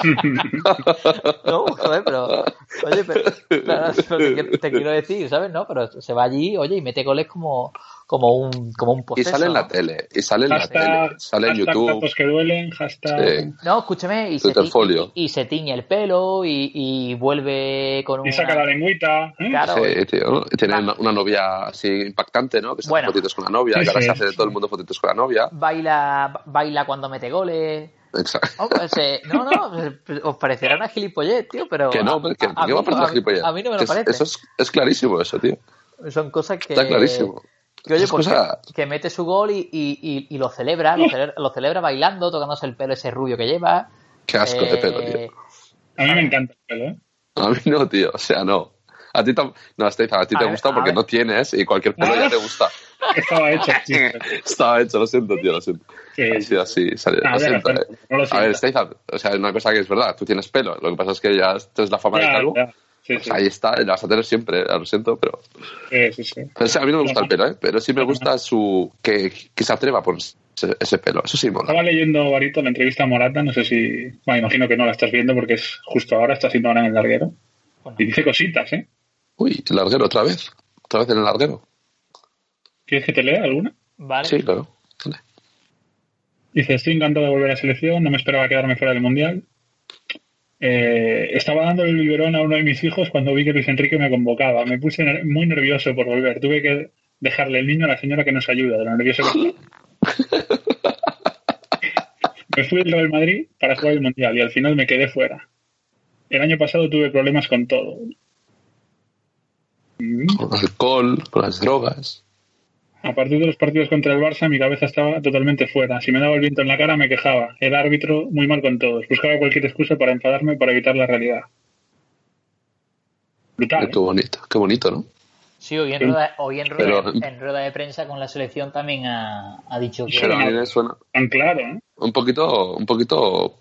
S1: No, joder, pero claro, te quiero decir, ¿sabes? No, pero se va allí, oye, y mete goles como un poseso.
S3: Y sale en la tele, sale en YouTube.
S2: Datos que duelen, hashtag...
S3: Sí.
S1: No, escúchame, y se tiñe el pelo y vuelve con
S2: Y saca la lengüita.
S1: Claro.
S3: Sí, tío. Tiene una novia así impactante, ¿no? Que se hace fotitos con la novia, que ahora se hace de todo el mundo fotitos con la novia.
S1: Baila cuando mete goles.
S3: Exacto.
S1: Oh, pues, os parecerá una gilipollez, tío, pero...
S3: Que no, que va a parecer una gilipollez.
S1: A mí no me lo parece.
S3: Eso es clarísimo, eso, tío.
S1: Son cosas que...
S3: Está clarísimo.
S1: Que oye, pues que mete su gol y lo celebra, lo celebra bailando, tocándose el pelo ese rubio que lleva.
S3: Qué asco de pelo, tío.
S2: A mí me encanta el pelo, ¿eh?
S3: A mí no, tío, o sea, no. A ti a ti te gusta porque no tienes y cualquier pelo ya te gusta.
S2: Estaba hecho. Sí.
S3: Estaba hecho, lo siento, tío, lo siento.
S2: Sí.
S3: Ha sido así, sale, lo siento. A ver, Statham, o sea, una cosa que es verdad, tú tienes pelo, lo que pasa es que ya tienes la fama de calvo.
S2: Sí,
S3: pues ahí está, la vas a tener siempre, lo siento, pero...
S2: Sí.
S3: Pero, o sea, a mí no me gusta el pelo, ¿eh? Pero sí me gusta que se atreva a poner ese pelo, eso sí mola.
S2: Estaba leyendo, Barito, la entrevista a Morata, no sé si... Bueno, imagino que no la estás viendo porque es justo ahora, está siendo ahora en el larguero. Y dice cositas, ¿eh?
S3: Uy, el larguero otra vez en el larguero.
S2: ¿Quieres que te lea alguna?
S1: Vale.
S3: Sí, claro. Vale.
S2: Dice, estoy encantado de volver a selección, no me esperaba quedarme fuera del Mundial. Estaba dando el biberón a uno de mis hijos cuando vi que Luis Enrique me convocaba. Me puse muy nervioso por volver. Tuve que dejarle el niño a la señora que nos ayuda, de lo nervioso que estaba. Me fui al Real Madrid para jugar el Mundial y al final me quedé fuera. El año pasado tuve problemas con todo.
S3: Con el alcohol, con las drogas.
S2: A partir de los partidos contra el Barça, mi cabeza estaba totalmente fuera. Si me daba el viento en la cara, me quejaba. El árbitro, muy mal con todos. Buscaba cualquier excusa para enfadarme, para evitar la realidad. Brutal.
S3: Qué bonito, ¿no?
S1: Sí, hoy en rueda de prensa con la selección también ha dicho que...
S3: Pero a mí me suena...
S2: Tan claro, ¿eh?
S3: Un poquito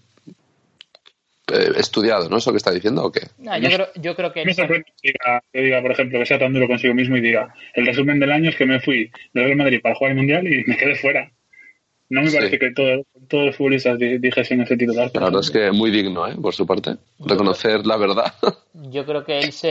S3: estudiado, ¿no? ¿Eso que está diciendo o qué?
S1: No, yo creo que...
S2: Me sorprende que diga, por ejemplo, que sea tan duro consigo mismo y diga, el resumen del año es que me fui del Real Madrid para jugar el Mundial y me quedé fuera. No me parece que todos los futbolistas dijesen ese titular.
S3: La verdad es que muy digno, ¿eh? Por su parte. Reconocer la verdad.
S1: Yo creo que él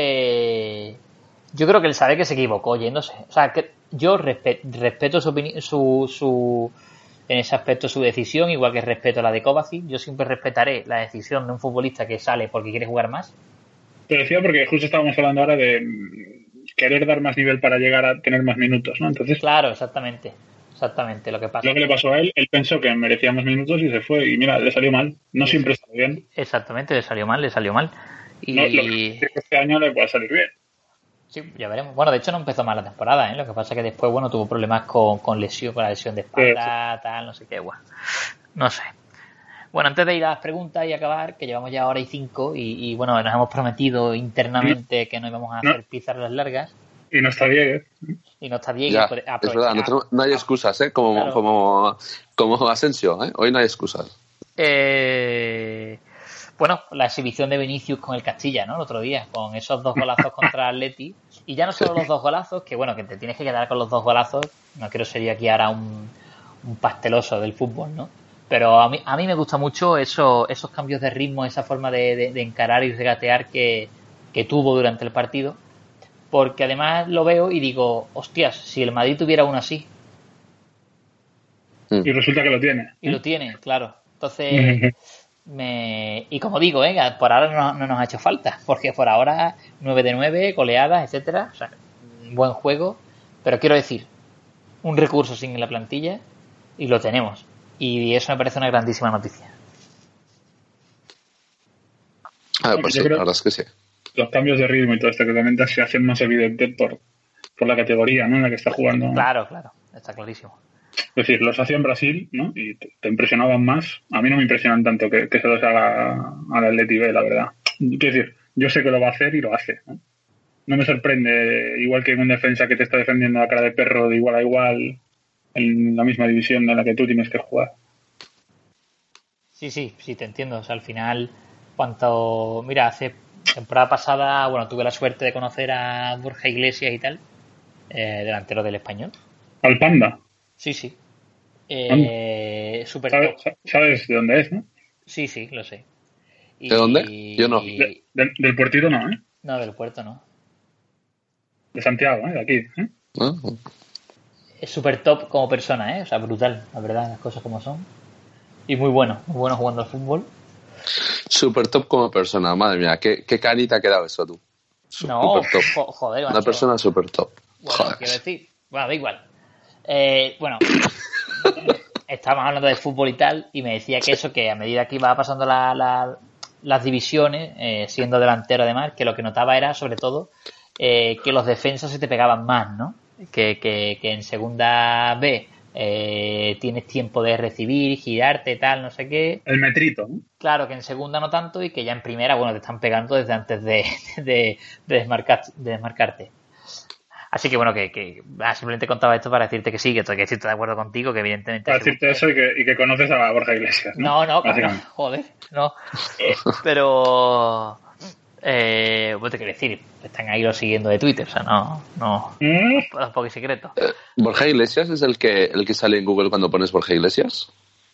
S1: sabe que se equivocó yéndose. O sea, que yo respeto su opinión, en ese aspecto su decisión, igual que respeto la de Kovacic. Yo siempre respetaré la decisión de un futbolista que sale porque quiere jugar más.
S2: Te decía porque justo estábamos hablando ahora de querer dar más nivel para llegar a tener más minutos, ¿no? Entonces,
S1: claro, exactamente lo que pasa.
S2: Lo que le pasó a él pensó que merecía más minutos y se fue y mira, le salió mal. No siempre está bien.
S1: Exactamente, le salió mal. Y
S2: no, lo que este año le puede salir bien.
S1: Sí, ya veremos. Bueno, de hecho no empezó mal la temporada, ¿eh? Lo que pasa es que después, bueno, tuvo problemas con la lesión de espalda, tal, no sé qué, bueno. No sé. Bueno, antes de ir a las preguntas y acabar, que llevamos ya hora y 5 y bueno, nos hemos prometido internamente que no íbamos a hacer pizarras largas.
S2: Y no está Diego.
S1: Y no está Diego.
S3: Ya, es verdad, no hay excusas, ¿eh? Como Asensio, ¿eh? Hoy no hay excusas.
S1: Bueno, la exhibición de Vinicius con el Castilla, ¿no? El otro día, con esos 2 golazos contra Atleti. Y ya no solo los 2 golazos, que bueno, que te tienes que quedar con los 2 golazos. No quiero ser yo aquí ahora un pasteloso del fútbol, ¿no? Pero a mí me gusta mucho esos cambios de ritmo, esa forma de encarar y regatear que tuvo durante el partido. Porque además lo veo y digo, hostias, si el Madrid tuviera uno así.
S2: Y resulta que lo tiene.
S1: Y lo tiene, claro. Entonces... Y como digo, por ahora no nos ha hecho falta, porque por ahora 9 de 9, goleadas, etcétera, o sea, buen juego, pero quiero decir, un recurso sin la plantilla y lo tenemos, y eso me parece una grandísima noticia.
S3: Pues sí, la verdad es que sí.
S2: Los cambios de ritmo y todo esto que comentas se hacen más evidentes por la categoría, ¿no? En la que está jugando.
S1: Claro, está clarísimo.
S2: Es decir, los hacía en Brasil, ¿no? Y te impresionaban más. A mí no me impresionan tanto que se los haga al Atleti B, la verdad. Quiero decir, yo sé que lo va a hacer y lo hace, ¿no? No me sorprende, igual que en un defensa que te está defendiendo a cara de perro de igual a igual en la misma división en la que tú tienes que jugar.
S1: Sí, te entiendo. O sea, al final, cuanto... Mira, hace temporada pasada, bueno, tuve la suerte de conocer a Borja Iglesias y tal, delantero del Español.
S2: Al Panda.
S1: Sí.
S2: Anda.
S1: Super
S2: ¿Sabes,
S1: top.
S2: sabes de dónde es, no?
S1: Sí, lo sé.
S3: ¿De dónde? Yo no.
S2: Del Puertito no, ¿eh?
S1: No, del puerto no.
S2: De Santiago, ¿eh? De aquí, ¿eh?
S3: ¿Ah?
S1: Es súper top como persona, ¿eh? O sea, brutal, la verdad, las cosas como son. Y muy bueno jugando al fútbol.
S3: Super top como persona, madre mía, qué carita ha quedado eso tú.
S1: No,
S3: Super top.
S1: joder, macho.
S3: Una persona super top.
S1: Bueno,
S3: Joder.
S1: quiero decir, bueno, da igual. Bueno, estábamos hablando de fútbol y tal, y me decía que eso, que a medida que iba pasando las divisiones, siendo delantero además, que lo que notaba era sobre todo que los defensas se te pegaban más, ¿no? Que en segunda B tienes tiempo de recibir, girarte, tal, no sé qué.
S2: El metrito, ¿no?
S1: Claro que en segunda no tanto y que ya en primera, bueno, te están pegando desde antes de desmarcarte. Así que bueno, simplemente contaba esto para decirte que sí, que estoy de acuerdo contigo, que evidentemente...
S2: Para decirte eso y que conoces a Borja Iglesias, ¿no?
S1: No, claro, joder, no. Pero... pues te quiero decir, están ahí los siguiendo de Twitter, o sea, no tampoco es secreto.
S3: ¿Borja Iglesias es el que sale en Google cuando pones Borja Iglesias?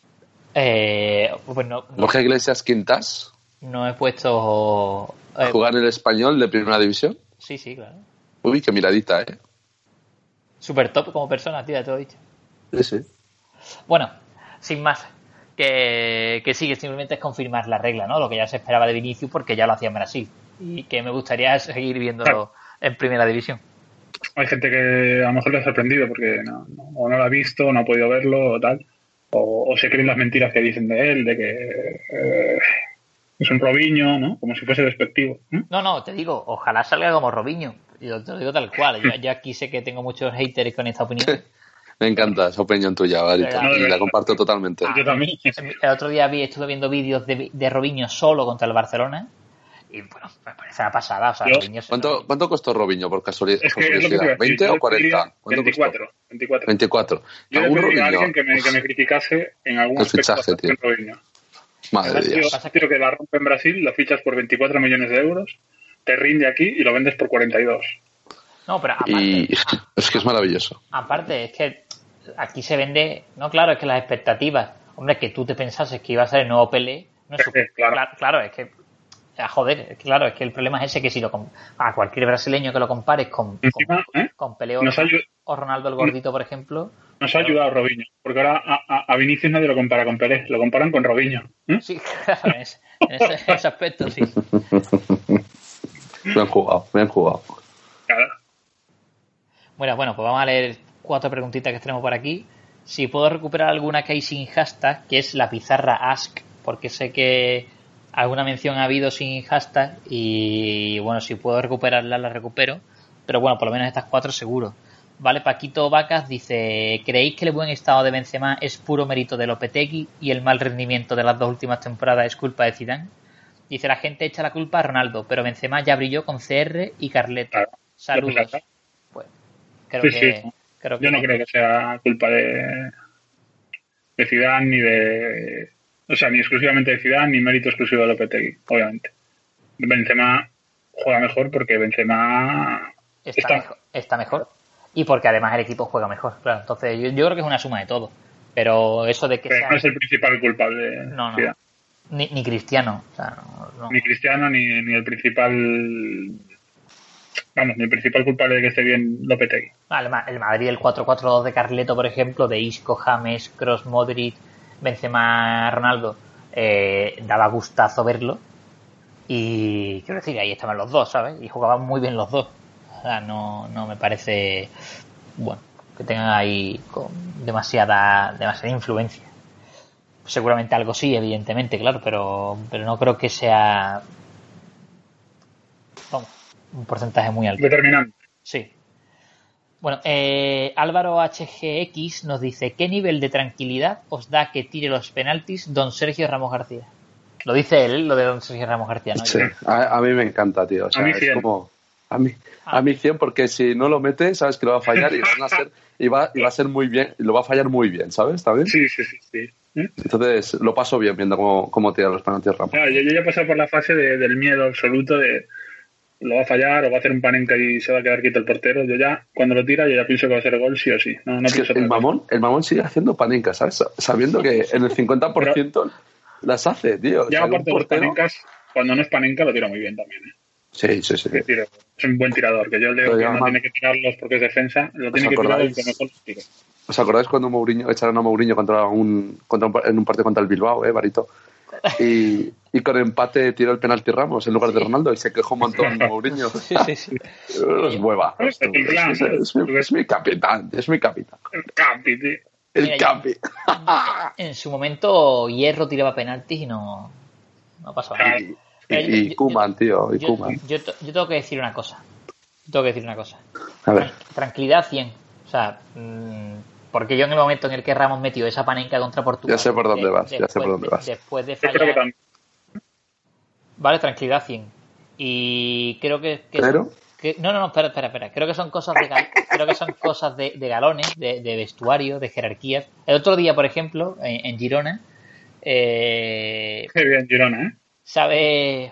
S1: Pues no,
S3: ¿Borja Iglesias Quintas?
S1: no he puesto...
S3: ¿Jugar en el Español de Primera División?
S1: Sí, claro.
S3: Uy, qué miradita, ¿eh?
S1: Súper top como persona, tío, ya te lo he dicho.
S3: Sí.
S1: Bueno, sin más, que sí, que simplemente es confirmar la regla, ¿no? Lo que ya se esperaba de Vinicius porque ya lo hacía en Brasil y que me gustaría seguir viéndolo en Primera División.
S2: Hay gente que a lo mejor le ha sorprendido porque o no lo ha visto, o no ha podido verlo o tal, o se creen las mentiras que dicen de él, de que es un Robinho, ¿no? Como si fuese despectivo.
S1: No, te digo, ojalá salga como Robinho. Yo te lo digo tal cual. Yo aquí sé que tengo muchos haters con esta opinión.
S3: Me encanta esa opinión tuya, Garito, y la comparto totalmente.
S2: Yo también.
S1: El otro día estuve viendo vídeos de Robinho solo contra el Barcelona y bueno, me parece una pasada. O sea, Robinho
S3: ¿Cuánto costó Robinho por casualidad?
S2: Es que es lo que te
S3: ¿20 o 40?
S2: 24.
S3: 24.
S2: Yo le pediría a alguien que me criticase en algún aspecto de Robinho.
S3: Madre de Dios.
S2: Quiero que la rompe en Brasil, lo fichas por 24 millones de euros, te rinde aquí y lo vendes por 42.
S1: No, pero aparte,
S3: y es que es maravilloso.
S1: Aparte, es que aquí se vende... No, claro, es que las expectativas... Hombre, que tú te pensases que iba a ser el nuevo Pelé... No es claro, es que... Joder, claro, es que el problema es ese, que si a cualquier brasileño que lo compares con Pelé o Ronaldo el Gordito, por ejemplo...
S2: Nos ha ayudado Robinho, porque ahora a Vinicius nadie lo compara con Pelé, lo comparan con Robinho.
S1: Sí, claro, en ese aspecto sí.
S3: Me han jugado.
S2: Claro.
S1: Bueno, pues vamos a leer 4 preguntitas que tenemos por aquí. Si puedo recuperar alguna que hay sin hashtag, que es la pizarra ask, porque sé que alguna mención ha habido sin hashtag y bueno, si puedo recuperarla, la recupero. Pero bueno, por lo menos estas 4 seguro. Vale, Paquito Vacas dice: ¿creéis que el buen estado de Benzema es puro mérito de Lopetegui y el mal rendimiento de las 2 últimas temporadas es culpa de Zidane? Dice: la gente echa la culpa a Ronaldo, pero Benzema ya brilló con CR y Carleto.
S2: Claro.
S1: Saludos. Pues creo que
S2: yo no creo que sea culpa de Zidane ni de... O sea, ni exclusivamente de Zidane ni mérito exclusivo de Lopetegui, obviamente. Benzema juega mejor porque Benzema
S1: está mejor. Y porque además el equipo juega mejor, claro. Entonces yo creo que es una suma de todo. Pero eso de que
S2: sea... no es el principal culpable.
S1: No. Ni Cristiano. O sea, no.
S2: Ni Cristiano ni el principal... Vamos, ni el principal culpable de que esté bien Lopetegui.
S1: El Madrid, el 4-4-2 de Carleto, por ejemplo, de Isco, James, Kroos, Modric, Benzema, Ronaldo, daba gustazo verlo. Y quiero decir, ahí estaban los dos, ¿sabes? Y jugaban muy bien los dos. O sea, no me parece bueno que tengan ahí con demasiada influencia. Seguramente algo sí, evidentemente, claro, pero no creo que sea un porcentaje muy alto.
S2: Determinante.
S1: Sí. Bueno, Álvaro HGX nos dice: ¿qué nivel de tranquilidad os da que tire los penaltis don Sergio Ramos García? Lo dice él, lo de don Sergio Ramos García, ¿no?
S3: Sí, a mí me encanta, tío. O sea,
S2: A mí
S3: es
S2: 100.
S3: como... A mí 100, porque si no lo mete, sabes que lo va a fallar y va a ser muy bien, y lo va a fallar muy bien, ¿sabes? ¿También?
S2: Sí.
S3: Entonces, lo paso bien viendo cómo tira los penaltis Ramos.
S2: Claro, yo ya he pasado por la fase del miedo absoluto de lo va a fallar o va a hacer un panenca y se va a quedar quieto el portero. Yo ya, cuando lo tira, yo ya pienso que va a ser gol sí o sí. No
S3: Es que
S2: pienso
S3: el mamón sigue haciendo panencas, ¿sabes? Sabiendo que en el 50% las hace, tío.
S2: Ya
S3: O sea,
S2: aparte de los panencas, cuando no es panenca lo tira muy bien también.
S3: Sí.
S2: Es un buen tirador, que yo le digo que no tiene que tirarlos porque es defensa, lo tiene que tirar el que mejor los tire.
S3: ¿Os acordáis cuando echaron a Mourinho en un partido contra el Bilbao, Barito? Y con empate tiró el penalti Ramos en lugar de Ronaldo y se quejó un montón Mourinho.
S1: Sí.
S3: Los hueva. Es mi capitán.
S2: El capi, tío.
S3: El capi.
S1: En su momento, Hierro tiraba penaltis y no pasaba nada.
S3: Y Koeman, tío. Y Koeman.
S1: Yo tengo que decir una cosa.
S3: A ver.
S1: Tranquilidad 100. O sea, porque yo en el momento en el que Ramos metió esa panenca contra Portugal...
S3: Ya sé por dónde vas.
S1: Después de fallar... Vale, tranquilidad 100. Y creo que
S3: ¿Pero?
S1: No, espera. Creo que son cosas de galones, de vestuario, de jerarquías. El otro día, por ejemplo, en Girona...
S2: Qué bien, Girona, ¿eh?
S1: Sabe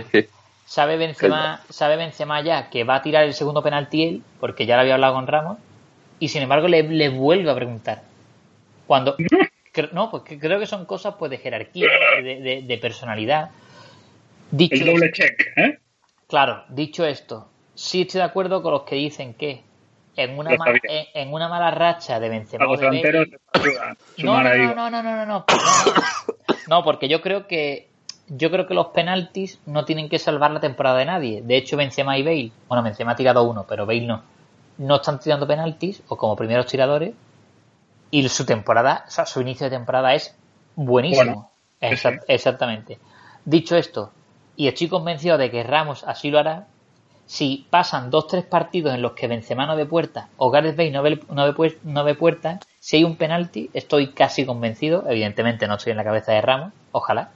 S1: Benzema ya que va a tirar el segundo penalti él, porque ya lo había hablado con Ramos, y sin embargo le vuelve a preguntar. Porque creo que son cosas pues de jerarquía, de personalidad.
S2: El doble check, ¿eh?
S1: Claro, dicho esto, sí estoy de acuerdo con los que dicen que en una mala racha de Benzema o de Bale... No, porque yo creo que los penaltis no tienen que salvar la temporada de nadie. De hecho, Benzema y Bale, Benzema ha tirado uno, pero Bale no están tirando penaltis o como primeros tiradores, y su temporada, o sea, su inicio de temporada es buenísimo. Bueno, exactamente. Dicho esto, y estoy convencido de que Ramos así lo hará, si pasan 2-3 partidos en los que Benzema no ve puerta o Gareth Bale no ve puerta, si hay un penalti, estoy casi convencido, evidentemente no estoy en la cabeza de Ramos, ojalá,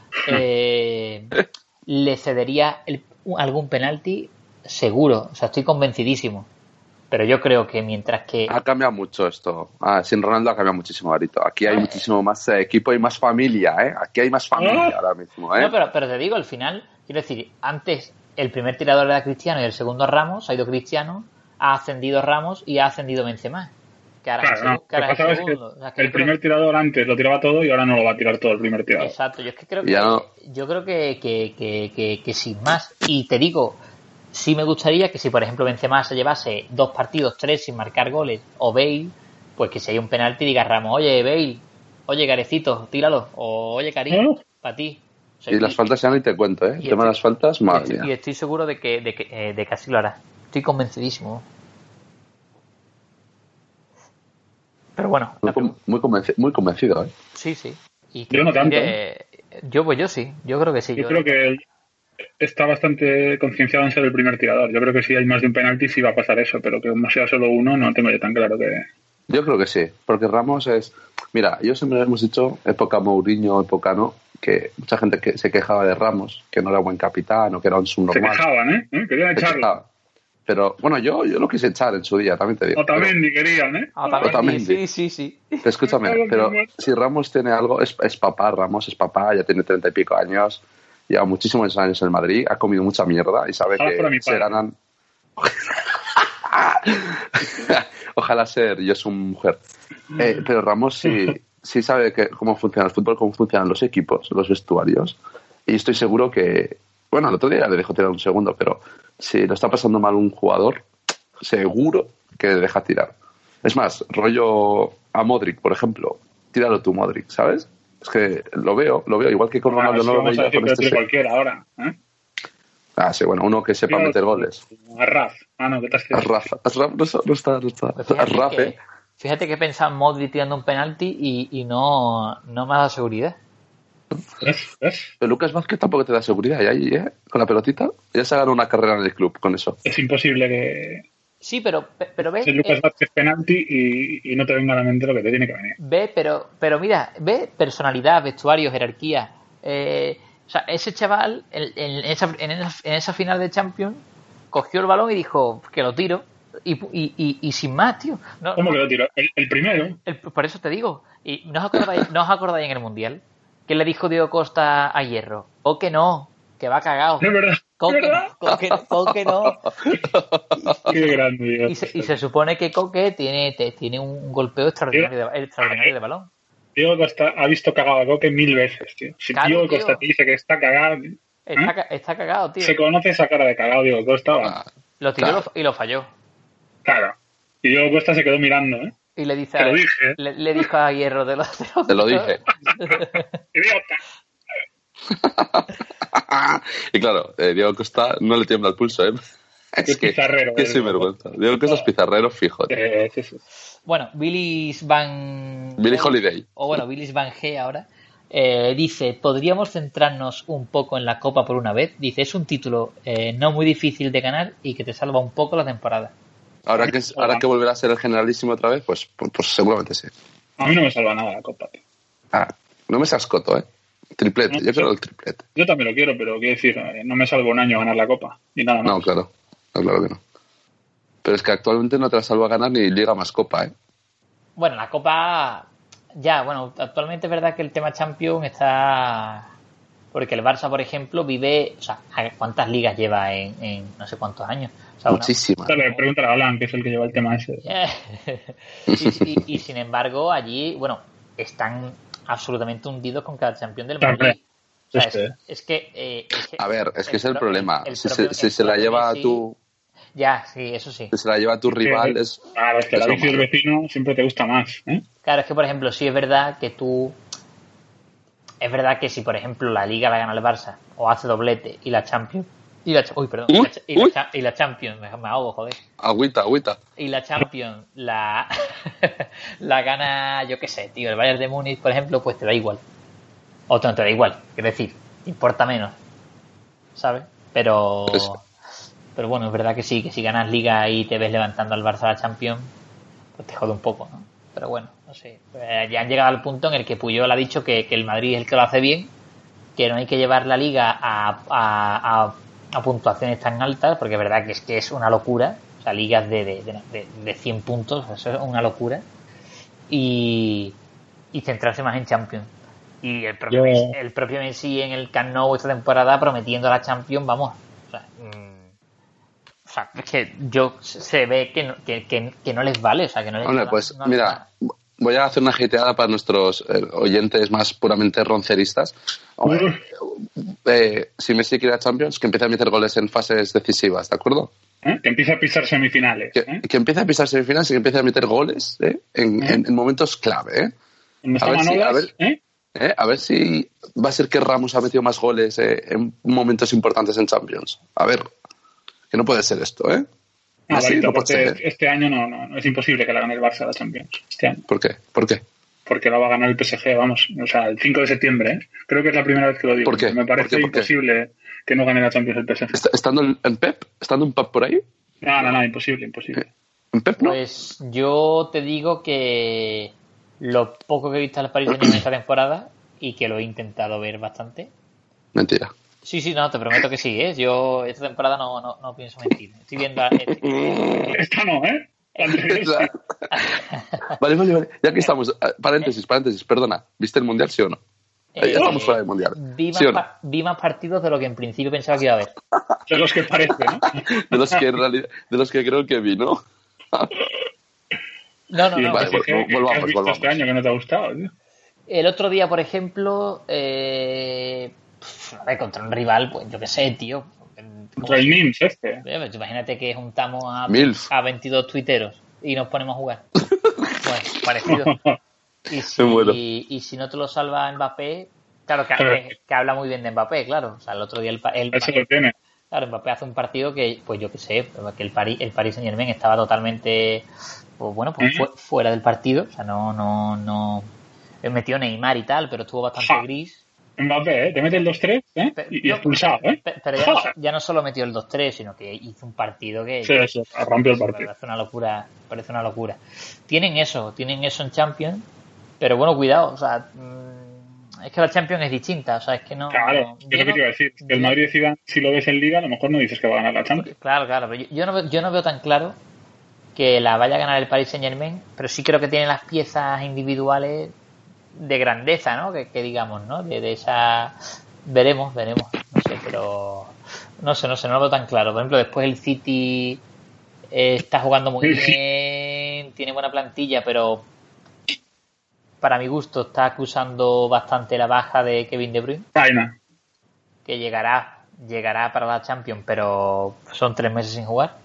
S1: le cedería algún penalti seguro, o sea, estoy convencidísimo. Pero yo creo que mientras que...
S3: Ha cambiado mucho esto. Sin Ronaldo ha cambiado muchísimo, Garito. Aquí hay muchísimo más equipo y más familia, ¿eh? Aquí hay más familia ahora mismo, ¿eh?
S1: No, pero te digo, al final, quiero decir, antes el primer tirador era Cristiano y el segundo Ramos, ha ido Cristiano, ha ascendido Ramos y ha ascendido Benzema.
S2: El primer tirador antes lo tiraba todo y ahora no lo va a tirar todo el primer tirador.
S1: Exacto, yo creo que sin más. Y te digo, sí me gustaría que si por ejemplo Benzema se llevase 2 partidos, 3 sin marcar goles, o Bale, pues que si hay un penalti diga Ramos, oye Bale, oye Garecito, tíralo, o oye Karim, para ti. O sea,
S3: y las faltas ya ni te cuento, ¿eh? El tema de las faltas, madre mía.
S1: Y estoy seguro de que así lo hará. Estoy convencidísimo. Pero bueno.
S3: Muy convencido, ¿eh?
S1: Sí. Y
S2: yo no tanto.
S1: Yo sí. Yo creo que sí.
S2: Yo creo que él está bastante concienciado en ser el primer tirador. Yo creo que si hay más de un penalti sí va a pasar eso, pero que como sea solo uno no tengo yo tan claro que...
S3: Yo creo que sí, porque Ramos es... Mira, yo siempre hemos dicho, época Mourinho, época no, que mucha gente que se quejaba de Ramos, que no era buen capitán o que era un subnormal.
S2: Se quejaban, ¿eh? Querían echarlo.
S3: Pero, bueno, yo lo quise echar en su día, también te digo.
S2: Otamendi querían, ¿eh?
S1: Otamendi, sí.
S3: Escúchame, pero si Ramos tiene algo, es papá, Ramos es papá, ya tiene 30 y pico años, lleva muchísimos años en Madrid, ha comido mucha mierda y sabe que se ganan... Ojalá ser yo soy mujer. Pero Ramos sí sabe cómo funciona el fútbol, cómo funcionan los equipos, los vestuarios, y estoy seguro que... Bueno, el otro día le dejo tirar un segundo, pero si lo está pasando mal un jugador, seguro que le deja tirar. Es más, rollo a Modric, por ejemplo. Tíralo tú, Modric, ¿sabes? Es que lo veo, igual que con Ronaldo no lo veía con este...
S2: cualquiera ahora, ¿eh?
S3: Ah, sí, bueno, uno que sepa meter goles.
S2: Arraf. No, ¿qué te has tirado?
S3: Arraf no está. Arraf,
S1: Fíjate que pensaba Modric tirando un penalti y no me ha dado seguridad.
S2: ¿Ves?
S3: Pero Lucas Vázquez tampoco te da seguridad. Y ahí, con la pelotita, ya se ha ganado una carrera en el club con eso.
S2: Es imposible que
S1: Sí, pero ves.
S2: Lucas Vázquez penalti y no te venga a la mente lo que te tiene que venir.
S1: Ve, pero mira, ve personalidad, vestuario, jerarquía. O sea, ese chaval en esa final de Champions cogió el balón y dijo que lo tiro y sin más, tío. No,
S2: ¿Cómo que lo tiro? El primero.
S1: Por eso te digo. ¿Y no os acordáis en el Mundial? ¿Qué le dijo Diego Costa a Hierro? O que no, que va cagado.
S2: No es verdad.
S1: Coque no.
S2: Qué grande, Diego.
S1: Y se supone que Coque tiene un golpeo extraordinario de balón.
S2: Diego Costa ha visto cagado a Coque 1000 veces, tío. Si
S1: Claro,
S2: Diego
S1: tío.
S2: Costa te dice que está cagado,
S1: Está cagado, tío.
S2: se conoce esa cara de cagado Diego Costa. Va.
S1: Lo tiró
S3: Claro.
S1: y lo falló.
S2: Claro. Y Diego Costa se quedó mirando, ¿eh?
S1: Y le dice
S2: Te lo dije, ¿eh?
S1: le dijo a Hierro
S3: Te lo dije.
S2: ¡Idiota!
S3: Y claro, Diego Costa no le tiembla el pulso, ¿eh? Es que
S2: pizarrero,
S3: qué sinvergüenza. Diego Costa es pizarrero fijo, tío.
S2: Sí.
S1: Bueno, Billy
S3: Holiday.
S1: O bueno, Billy Van G ahora. Dice, ¿podríamos centrarnos un poco en la Copa por una vez? Dice, es un título no muy difícil de ganar y que te salva un poco la temporada.
S3: Ahora que volverá a ser el generalísimo otra vez, pues seguramente sí.
S2: A mí no me salva nada la Copa, tío.
S3: No me seas coto, ¿eh? Triplete,
S2: No,
S3: yo quiero el triplete.
S2: Yo también lo quiero, pero quiero decir, no me salva un año ganar la Copa. Ni nada más.
S3: No, claro que no. Pero es que actualmente no te la salva ganar ni Liga más Copa, ¿eh?
S1: Bueno, la Copa... Ya, bueno, actualmente es verdad que el tema Champions está... Porque el Barça, por ejemplo, vive... O sea, ¿cuántas ligas lleva en no sé cuántos años? O sea,
S3: Muchísimas.
S2: Pregúntale a Alan, que es el que lleva el tema ese.
S1: y sin embargo, allí, bueno, están absolutamente hundidos con cada campeón del Madrid. O sea, es que...
S3: A ver, es que es el problema. Si
S1: propio
S3: se la lleva
S1: Messi,
S3: a tu...
S1: Ya, sí, eso sí.
S3: Si se la lleva a tu rival es...
S2: Claro, es que la bici del vecino siempre te gusta más, ¿eh?
S1: Claro, es que, por ejemplo, sí es verdad que tú... Es verdad que si, por ejemplo, la Liga la gana el Barça o hace doblete y la Champions... Uy, perdón. Y la Champions, me ahogo, joder.
S3: Agüita.
S1: Y la Champions la gana, yo qué sé, tío, el Bayern de Múnich, por ejemplo, pues te da igual. O no te da igual, es decir, importa menos, ¿sabes? Pero bueno, es verdad que sí, que si ganas Liga y te ves levantando al Barça a la Champions, pues te jode un poco, ¿no? Pero bueno, no sé. Ya han llegado al punto en el que Puyol ha dicho que el Madrid es el que lo hace bien, que no hay que llevar la Liga a puntuaciones tan altas, porque es verdad que es una locura. O sea, ligas de 100 puntos, eso es una locura. Y centrarse más en Champions. Y el propio Messi en el Camp Nou esta temporada prometiendo la Champions, vamos. O sea, es que se ve que no les vale. O sea, que no les
S3: Hombre,
S1: vale,
S3: pues
S1: no
S3: mira, voy a hacer una hateada para nuestros oyentes más puramente ronceristas. Hombre, si Messi quiere a Champions, que empiece a meter goles en fases decisivas, ¿de acuerdo?
S2: Que empiece a pisar semifinales.
S3: Que empiece a pisar semifinales y que empiece a meter goles en momentos clave. A ver si va a ser que Ramos ha metido más goles en momentos importantes en Champions. A ver, que no puede ser esto, ¿eh?
S2: Barito, este año no es imposible que la gane el Barça la Champions. Este año.
S3: ¿Por qué?
S2: Porque la va a ganar el PSG, vamos. O sea, el 5 de septiembre, ¿eh? Creo que es la primera vez que lo digo.
S3: ¿Por qué?
S2: Me parece imposible que no gane la Champions el PSG.
S3: ¿Estando en Pep? ¿Estando en Pep por ahí?
S2: No, imposible.
S3: ¿En Pep no?
S1: Pues yo te digo que lo poco que he visto al Paris Saint-Germain esta temporada y que lo he intentado ver bastante.
S3: Mentira.
S1: Sí, no, te prometo que sí, ¿eh? Yo esta temporada no pienso mentir. Estoy viendo...
S2: Esta no, ¿eh?
S3: Vale. Ya que estamos... Paréntesis, perdona. ¿Viste el Mundial, sí o no? Ya estamos fuera del Mundial.
S1: Vi más partidos de lo que en principio pensaba que iba a haber.
S2: De los que parece, ¿no?
S3: De los que creo que vi, ¿no?
S1: No.
S3: Vale, volvamos.
S2: Este año que no te ha gustado, tío.
S1: El otro día, por ejemplo, contra un rival, pues yo qué sé, tío.
S2: Contra el Nims
S1: Imagínate que juntamos a 22 tuiteros y nos ponemos a jugar. Bueno, parecido. Y si no te lo salva Mbappé, claro que habla muy bien de Mbappé, claro. O sea, el otro día
S2: eso lo tiene.
S1: Claro, Mbappé hace un partido que, pues yo qué sé, que el Paris Saint-Germain estaba totalmente, fuera del partido. O sea, no metió Neymar y tal, pero estuvo bastante gris.
S2: Mbappé, te mete el 2-3, y expulsado,
S1: Pero ya no solo metió el 2-3, sino que hizo un partido que...
S2: Sí, rompió el partido.
S1: Parece una locura. Tienen eso en Champions, pero bueno, cuidado, o sea, es que la Champions es distinta, o sea, es que no...
S2: Claro, es lo que te iba a decir. El Madrid, si lo ves en Liga, a lo mejor no dices que va a ganar la Champions.
S1: Claro, pero yo no veo tan claro que la vaya a ganar el Paris Saint-Germain, pero sí creo que tiene las piezas individuales de grandeza, ¿no? Que digamos, ¿no? De esa... Veremos, no sé, pero... No sé, no lo veo tan claro. Por ejemplo, después el City está jugando muy bien, tiene buena plantilla, pero para mi gusto está acusando bastante la baja de Kevin De Bruyne.
S2: Vaina.
S1: Que llegará para la Champions, pero son 3 meses sin jugar.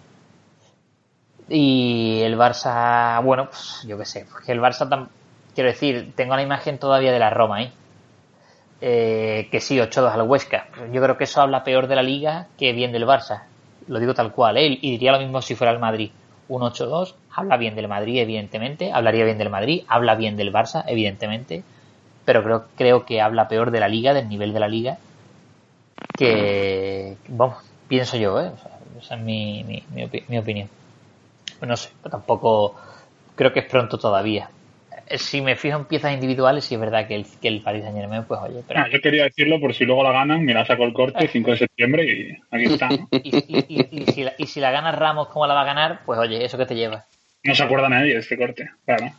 S1: Y el Barça, bueno, pues yo qué sé, porque el Barça, quiero decir, tengo la imagen todavía de la Roma ahí. Que sí, 8-2 al Huesca. Yo creo que eso habla peor de la Liga que bien del Barça. Lo digo tal cual, ¿eh? Y diría lo mismo si fuera el Madrid. Un 8-2 habla bien del Madrid, evidentemente. Hablaría bien del Madrid, habla bien del Barça, evidentemente. Pero creo que habla peor de la Liga, del nivel de la Liga. Que, vamos, pienso yo, ¿eh? O sea, esa es mi opinión. No sé, pero tampoco creo que es pronto todavía. Si me fijo en piezas individuales, sí es verdad que el Paris Saint-Germain, pues oye, pero...
S2: yo quería decirlo por si luego la ganan, mira, saco el corte 5 de septiembre y aquí está, ¿no?
S1: y si la gana Ramos, ¿cómo la va a ganar? Pues oye, eso que te lleva.
S2: No se acuerda nadie de este corte, claro.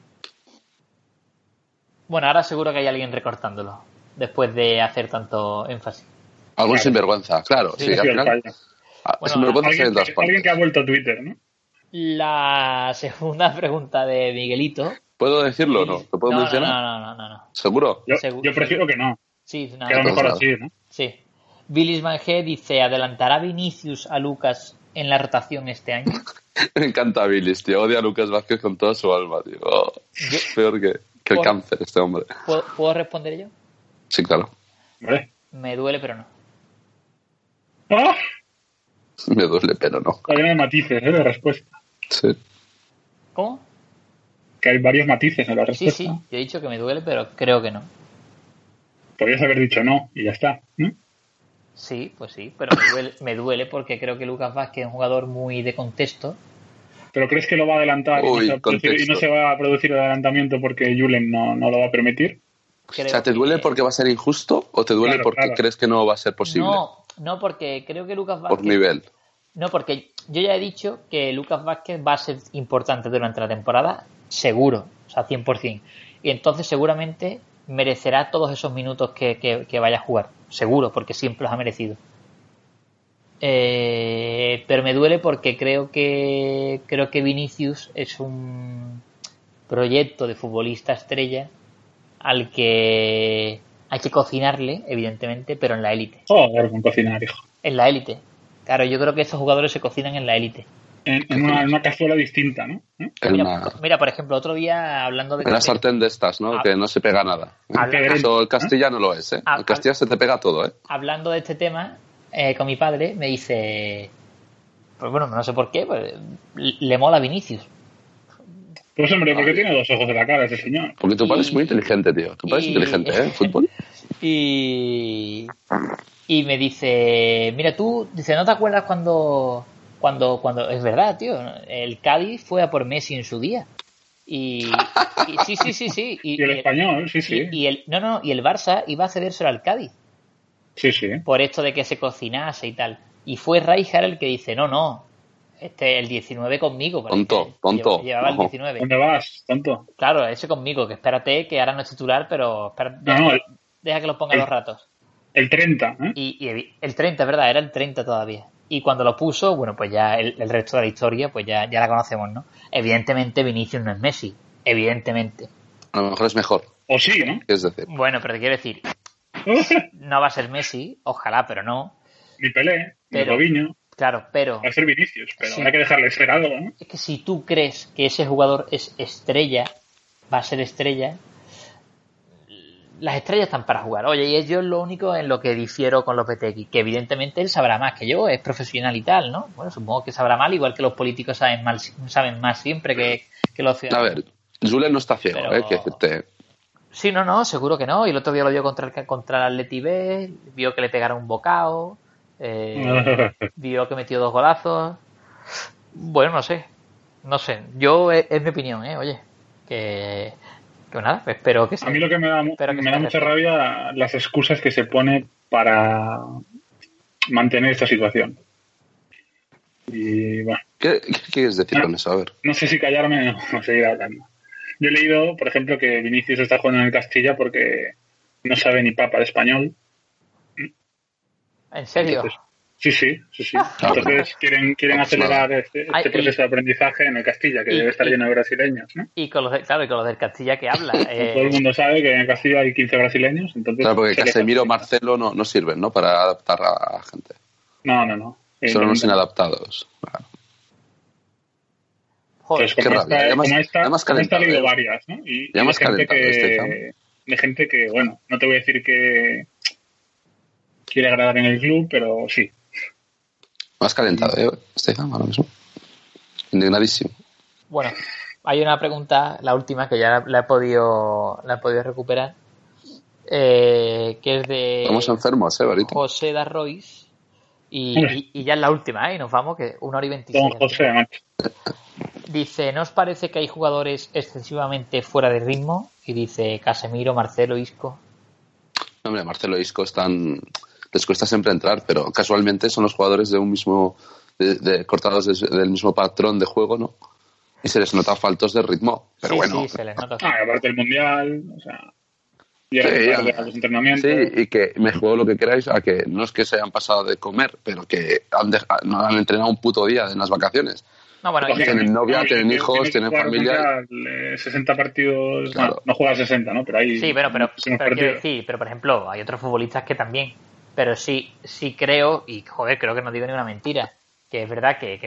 S1: Bueno, ahora seguro que hay alguien recortándolo, después de hacer tanto énfasis.
S3: Algún sinvergüenza, claro. Sí, al final...
S2: Bueno, alguien que ha vuelto a Twitter, ¿no?
S1: La segunda pregunta de Miguelito.
S3: ¿Puedo decirlo o no? ¿Lo puedo mencionar?
S1: No.
S3: ¿Seguro?
S2: Yo prefiero que no.
S1: Sí,
S2: que a lo mejor así, ¿no?
S1: Sí. Billis Mangé dice, ¿adelantará Vinicius a Lucas en la rotación este año?
S3: Me encanta Billis, tío. Odia a Lucas Vázquez con toda su alma, tío. Peor que el cáncer este hombre.
S1: ¿Puedo responder yo?
S3: Sí, claro.
S2: ¿Vale?
S1: Me duele, pero no.
S2: ¡Ah!
S3: Me duele, pero no.
S2: Hay matices, de respuesta.
S3: Sí.
S1: ¿Cómo?
S2: Que hay varios matices en la respuesta.
S1: Sí, yo he dicho que me duele, pero creo que no.
S2: Podrías haber dicho no y ya está, ¿no?
S1: Sí, pues sí, pero me duele porque creo que Lucas Vázquez es un jugador muy de contexto.
S2: ¿Pero crees que lo va a adelantar y no se va a producir el adelantamiento porque Julen no lo va a permitir?
S1: Creo
S3: o sea, ¿te duele porque va a ser injusto o te duele porque crees que no va a ser posible?
S1: No, porque creo que Lucas Vázquez...
S3: Por nivel.
S1: No, porque yo ya he dicho que Lucas Vázquez va a ser importante durante la temporada, seguro, o sea, 100%. Y entonces seguramente merecerá todos esos minutos que vaya a jugar, seguro, porque siempre los ha merecido. Pero me duele porque creo que Vinicius es un proyecto de futbolista estrella al que hay que cocinarle, evidentemente, pero en la élite.
S2: Joder, con cocinar, hijo.
S1: En la élite. Claro, yo creo que estos jugadores se cocinan en la élite.
S2: En una cazuela distinta, ¿no?
S1: Mira, por ejemplo, otro día hablando de...
S3: Una sartén de estas, ¿no? Que no se pega nada. Eso el Castilla no lo es, ¿eh? El Castilla se te pega todo, ¿eh?
S1: Hablando de este tema, con mi padre, me dice... Pues bueno, no sé por qué, pues, le mola Vinicius.
S2: Pues hombre, porque tiene 2 ojos de la cara ese señor.
S3: Porque tu padre es muy inteligente, tío. Tu padre es inteligente, ¿eh? Fútbol.
S1: Y me dice, mira tú, dice, ¿no te acuerdas cuando es verdad, tío? El Cádiz fue a por Messi en su día. Y sí.
S2: Y el Español, sí.
S1: Y el Barça iba a cedérselo al Cádiz.
S2: Sí.
S1: Por esto de que se cocinase y tal. Y fue Rijkaard el que dice, no, el 19 conmigo.
S3: Tonto.
S1: Llevaba el 19.
S2: ¿Dónde vas, tonto?
S1: Claro, ese conmigo, que espérate, que ahora no es titular, pero deja que lo ponga 2 ratos.
S2: El 30, ¿eh?
S1: Y el 30, es verdad, era el 30 todavía. Y cuando lo puso, bueno, pues ya el resto de la historia, pues ya la conocemos, ¿no? Evidentemente Vinicius no es Messi, evidentemente.
S3: A lo mejor es mejor.
S2: O sí, ¿no?
S3: Es decir.
S1: Bueno, pero te quiero decir, no va a ser Messi, ojalá, pero no.
S2: Ni Pelé, ni Robinho.
S1: Claro, pero...
S2: Va a ser Vinicius, pero sí, hay que dejarle ser algo, ¿no?
S1: Es que si tú crees que ese jugador es estrella, va a ser estrella... Las estrellas están para jugar. Oye, y yo es lo único en lo que difiero con Lopetegui, que evidentemente él sabrá más que yo, es profesional y tal, ¿no? Bueno, supongo que sabrá mal, igual que los políticos saben más siempre que los ciudadanos.
S3: A ver, Julen no está ciego,
S1: pero...
S3: que decirte.
S1: Sí, no, seguro que no. Y el otro día lo vio contra el Atleti B, vio que le pegaron un bocado, vio que metió 2 golazos. Bueno, no sé. Yo es mi opinión, oye, que nada, espero que
S2: A mí lo que me da mucha
S1: respete.
S2: rabia las excusas que se pone para mantener esta situación. Y bueno.
S3: ¿Qué quieres decir con eso? A ver.
S2: No sé si callarme o seguir hablando. Yo he leído, por ejemplo, que Vinicius está jugando en el Castilla porque no sabe ni papa de español.
S1: ¿En serio?
S2: Entonces, sí. Entonces quieren acelerar este proceso de aprendizaje en el Castilla, que debe estar lleno de brasileños, ¿no?
S1: Y con los del Castilla que habla.
S2: Todo el mundo sabe que en el Castilla hay 15 brasileños. Entonces
S3: claro, porque Casemiro o Marcelo no sirven, ¿no? Para adaptar a la gente.
S2: No.
S3: Son unos inadaptados. Claro.
S1: Joder,
S3: qué rabia.
S2: Como esta ha leído varias, ¿no? Y
S3: ya más calentado
S2: de gente que, bueno, no te voy a decir que quiere agradar en el club, pero sí.
S3: Más calentado, Estefan, ahora mismo. Indignadísimo.
S1: Bueno, hay una pregunta, la última, que ya la he podido recuperar, que es de
S3: Estamos enfermos, ahorita.
S1: José Darrois, y ya es la última, y nos vamos, que 1 hora y 26.
S2: Don José, macho.
S1: Dice, ¿no os parece que hay jugadores excesivamente fuera de ritmo? Y dice Casemiro, Marcelo, Isco.
S3: Hombre, Marcelo e Isco les cuesta siempre entrar, pero casualmente son los jugadores de un mismo cortados del mismo patrón de juego, ¿no? Y se les nota faltos de ritmo, pero
S1: sí,
S3: bueno.
S1: Sí, se les nota.
S2: Aparte del Mundial, o sea, llegan a los entrenamientos.
S3: Sí, y que me juego lo que queráis a que no es que se hayan pasado de comer, pero que no han entrenado un puto día en las vacaciones.
S1: No, bueno,
S3: tienen novia, tienen hijos, tienen familia.
S2: 60 partidos,
S3: claro.
S2: Bueno, no juega 60, ¿no? Pero hay
S1: pero quiero decir, pero por ejemplo, hay otros futbolistas que también, pero sí creo, y joder, creo que no digo ni una mentira, que es verdad que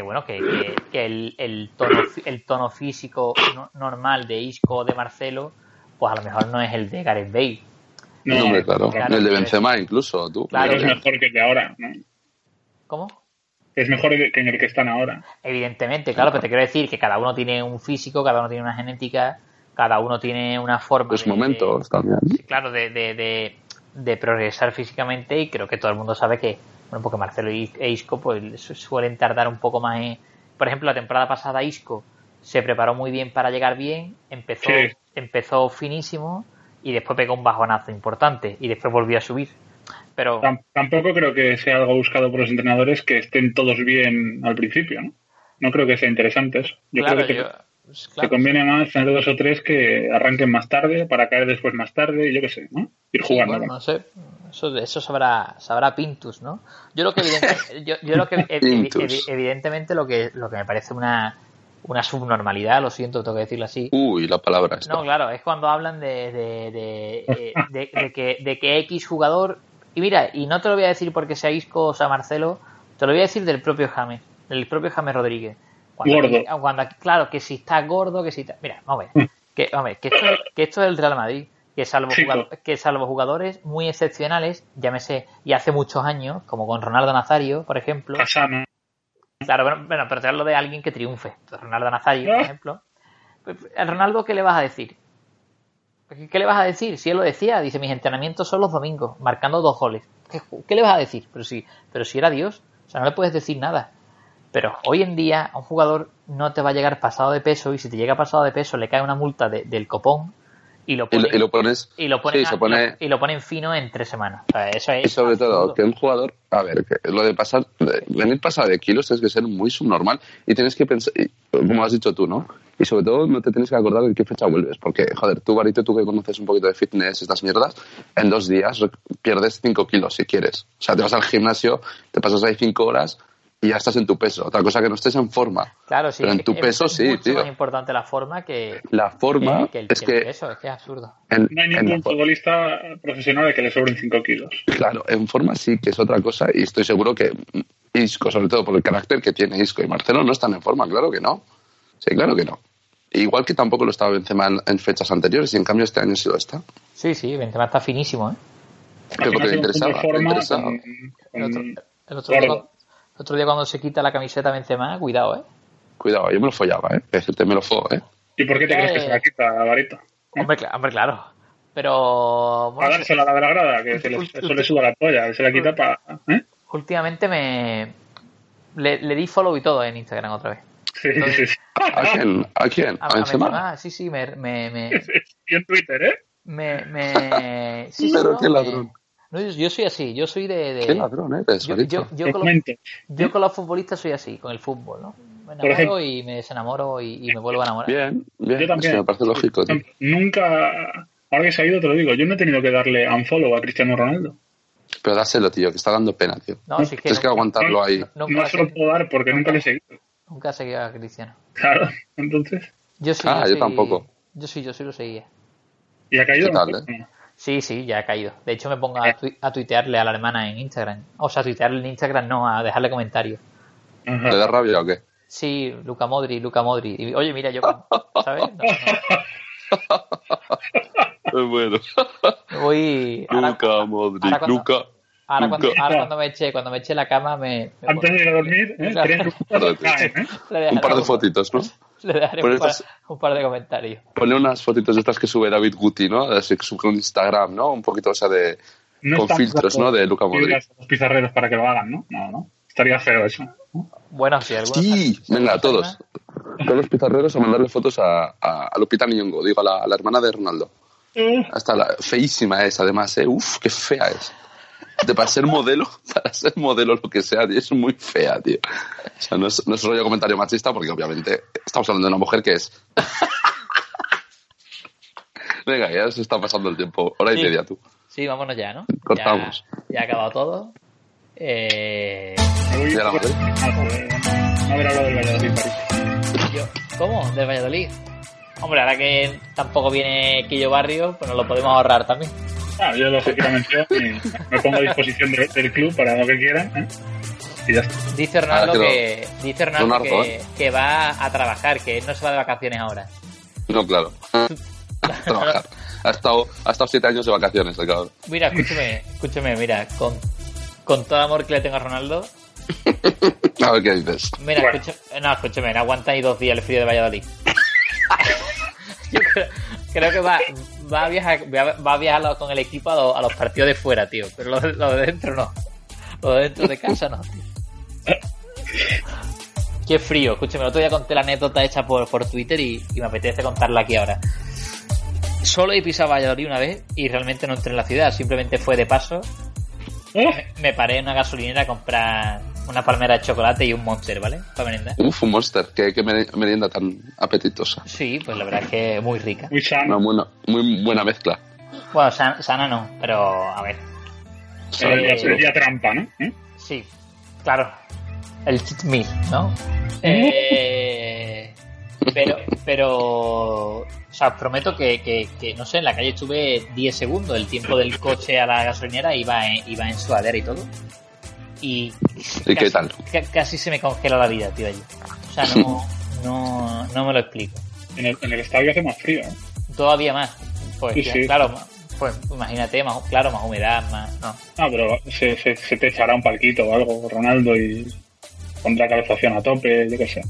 S1: el tono físico normal de Isco o de Marcelo, pues a lo mejor no es el de Gareth Bale.
S3: No, hombre, claro. El de Benzema incluso, tú.
S2: Claro, es mejor que el de ahora, ¿no?
S1: ¿Cómo?
S2: Es mejor que en el que están ahora.
S1: Evidentemente, claro, pero te quiero decir que cada uno tiene un físico, cada uno tiene una genética, cada uno tiene una forma
S3: los momentos también.
S1: Claro, de progresar físicamente, y creo que todo el mundo sabe que, bueno, porque Marcelo e Isco pues suelen tardar un poco más en... Por ejemplo, la temporada pasada Isco se preparó muy bien para llegar bien, empezó finísimo y después pegó un bajonazo importante y después volvió a subir. Pero
S2: tampoco creo que sea algo buscado por los entrenadores que estén todos bien al principio, ¿no? No creo que sea interesante eso. Yo creo que te conviene más tener 2 o 3 que arranquen más tarde para caer después más tarde y yo qué sé, ¿no? Ir jugando.
S1: Bueno, no sé, eso sabrá Pintus, ¿no? Yo lo que evidentemente lo que me parece una subnormalidad, lo siento, tengo que decirlo así.
S3: Uy, la palabra esta.
S1: No, claro, es cuando hablan de que X jugador, y mira, y no te lo voy a decir porque sea Isco o sea Marcelo, te lo voy a decir del propio James Rodríguez. Claro, que si está gordo, que si está... Mira, vamos a ver, que esto es el Real Madrid, que salvo jugadores muy excepcionales, llámese, y hace muchos años, como con Ronaldo Nazario, por ejemplo.
S2: Casano.
S1: Claro, bueno, pero te hablo de alguien que triunfe. Ronaldo Nazario, por ejemplo. ¿A Ronaldo qué le vas a decir? ¿Qué le vas a decir? Si él lo decía, dice, mis entrenamientos son los domingos, marcando 2 goles. ¿Qué le vas a decir? Pero si era Dios, o sea, no le puedes decir nada. Pero hoy en día a un jugador no te va a llegar pasado de peso, y si te llega pasado de peso le cae una multa del copón y lo ponen fino en 3 semanas. O sea, eso es
S3: y sobre
S1: absurdo.
S3: todo que un jugador, a ver, que lo de venir pasado de kilos tienes que ser muy subnormal y tienes que pensar, como has dicho tú, ¿no? Y sobre todo no te tienes que acordar de qué fecha vuelves, porque, joder, tú, Barito, tú que conoces un poquito de fitness, estas mierdas, en 2 días pierdes 5 kilos si quieres. O sea, te vas al gimnasio, te pasas ahí 5 horas y ya estás en tu peso. Otra cosa que no estés en forma.
S1: Claro, sí.
S3: Pero en tu peso sí,
S1: tío. Es mucho
S3: más
S1: importante la forma que
S3: el
S1: peso, es que es absurdo.
S2: No hay ningún futbolista profesional al que le sobren 5 kilos.
S3: Claro, en forma sí que es otra cosa, y estoy seguro que Isco, sobre todo por el carácter que tiene Isco y Marcelo, no están en forma, claro que no. Sí, claro que no. Igual que tampoco lo estaba Benzema en fechas anteriores, y en cambio este año sí lo está.
S1: Sí, Benzema está finísimo, ¿eh?
S3: Pero porque le interesaba.
S1: El otro día cuando se quita la camiseta Benzema, cuidado, ¿eh?
S3: Cuidado, yo me lo follaba, ¿eh? Decirte, me lo fo, ¿eh?
S2: ¿Y por qué te crees que se la quita, Barito?
S1: Hombre, claro. Pero...
S2: Bueno, a dársela a la grada, que eso le suba la polla, se la quita para...
S1: Últimamente le di follow y todo en Instagram otra vez.
S2: Sí, sí, sí.
S3: ¿A quién? ¿A Benzema?
S1: Sí,
S2: y en Twitter,
S1: Sí,
S3: pero qué ladrón.
S1: No, yo soy así, yo soy de...
S3: Qué ladrón eres,
S1: yo con los futbolistas soy así, con el fútbol, ¿no? Me enamoro y me desenamoro y me vuelvo a enamorar.
S3: Bien.
S2: Yo también.
S3: Me parece lógico.
S2: Nunca, ahora que se ha ido, te lo digo, yo no he tenido que darle unfollow a Cristiano Ronaldo.
S3: Pero dáselo, tío, que está dando pena, tío.
S1: No, si es que
S3: tienes que aguantarlo ahí.
S2: No se lo puedo dar porque nunca le he seguido.
S1: Nunca he seguido a Cristiano.
S2: Claro, entonces...
S1: Yo
S3: tampoco.
S1: Yo lo seguía.
S2: ¿Y ha caído?
S3: ¿Qué tal,
S1: Sí, ya ha caído. De hecho, me pongo a tuitearle a la alemana en Instagram. O sea, a tuitearle en Instagram, no, a dejarle comentarios.
S2: Ajá.
S3: ¿Le da rabia o qué?
S1: Sí, Luka Modric. Y, oye, mira, yo... ¿Sabes?
S3: Es bueno.
S1: Voy...
S3: Luka Modric, Luka...
S1: Ahora cuando me eché la cama
S2: antes de ir a dormir,
S3: un par de fotitos, ¿no?
S1: Le daré un par de comentarios.
S3: Pone unas fotitos de estas que sube David Guti, ¿no? Así que sube un Instagram, ¿no? Un poquito, o sea, con filtros, ¿no? De Luka Modric.
S2: Los pizarreros para que lo hagan, ¿no? No. Estaría feo eso.
S1: Bueno, sí, algunos.
S3: Sí, venga, todos los pizarreros a mandarle fotos a Lupita Nyong'o, digo, a la hermana de Ronaldo. Hasta feísima es, además, ¿eh? Uf, qué fea es. Para ser modelo lo que sea, tío, es muy fea, tío. O sea, no es rollo comentario machista, porque obviamente estamos hablando de una mujer que es... Venga, ya se está pasando el tiempo. Hora y media, tú.
S1: Sí, vámonos ya, ¿no?
S3: Cortamos.
S1: Ya ha acabado todo.
S2: No haber hablado del Valladolid, parece.
S1: ¿Cómo? ¿Del Valladolid? Hombre, ahora que tampoco viene Quillo Barrio, pues nos lo podemos ahorrar también.
S2: Yo lógicamente me pongo a disposición del club para lo que quieran, y ya está.
S1: Dice Ronaldo que va a trabajar, que no se va de vacaciones ahora.
S3: No, claro. Trabajar. Ha estado 7 años de vacaciones, el cabrón.
S1: Mira, escúchame, mira, con todo amor que le tengo a Ronaldo.
S3: A ver qué dices.
S1: Mira, bueno. Escúchame, no aguanta ni 2 días el frío de Valladolid. Yo creo que va a viajar con el equipo a los partidos de fuera, tío. Pero lo de dentro no. Lo de dentro de casa no, tío. Qué frío. Escúchame, el otro día conté la anécdota hecha por Twitter y me apetece contarla aquí ahora. Solo he pisado Valladolid una vez y realmente no entré en la ciudad. Simplemente fue de paso. Me paré en una gasolinera a comprar una palmera de chocolate y un Monster, ¿vale? Para merendar.
S3: Un Monster. Qué merienda tan apetitosa.
S1: Sí, pues la verdad es que muy rica.
S2: Muy sana.
S3: Muy buena mezcla.
S1: Bueno, sana no, pero a ver.
S2: Sería trampa, ¿no?
S1: Sí, claro. El cheat meal, ¿no? Pero o sea, prometo que no sé, en la calle estuve 10 segundos. El tiempo del coche a la gasolinera iba en sudadera y todo. ¿Y
S3: qué tal?
S1: Casi se me congela la vida, tío, allí. O sea, no me lo explico.
S2: En el estadio hace más frío, ¿eh?
S1: Todavía más. Pues
S2: sí.
S1: Claro, pues imagínate, más humedad, más... No,
S2: pero se te echará un palquito o algo, Ronaldo, y pondrá calefacción a tope, yo qué sé.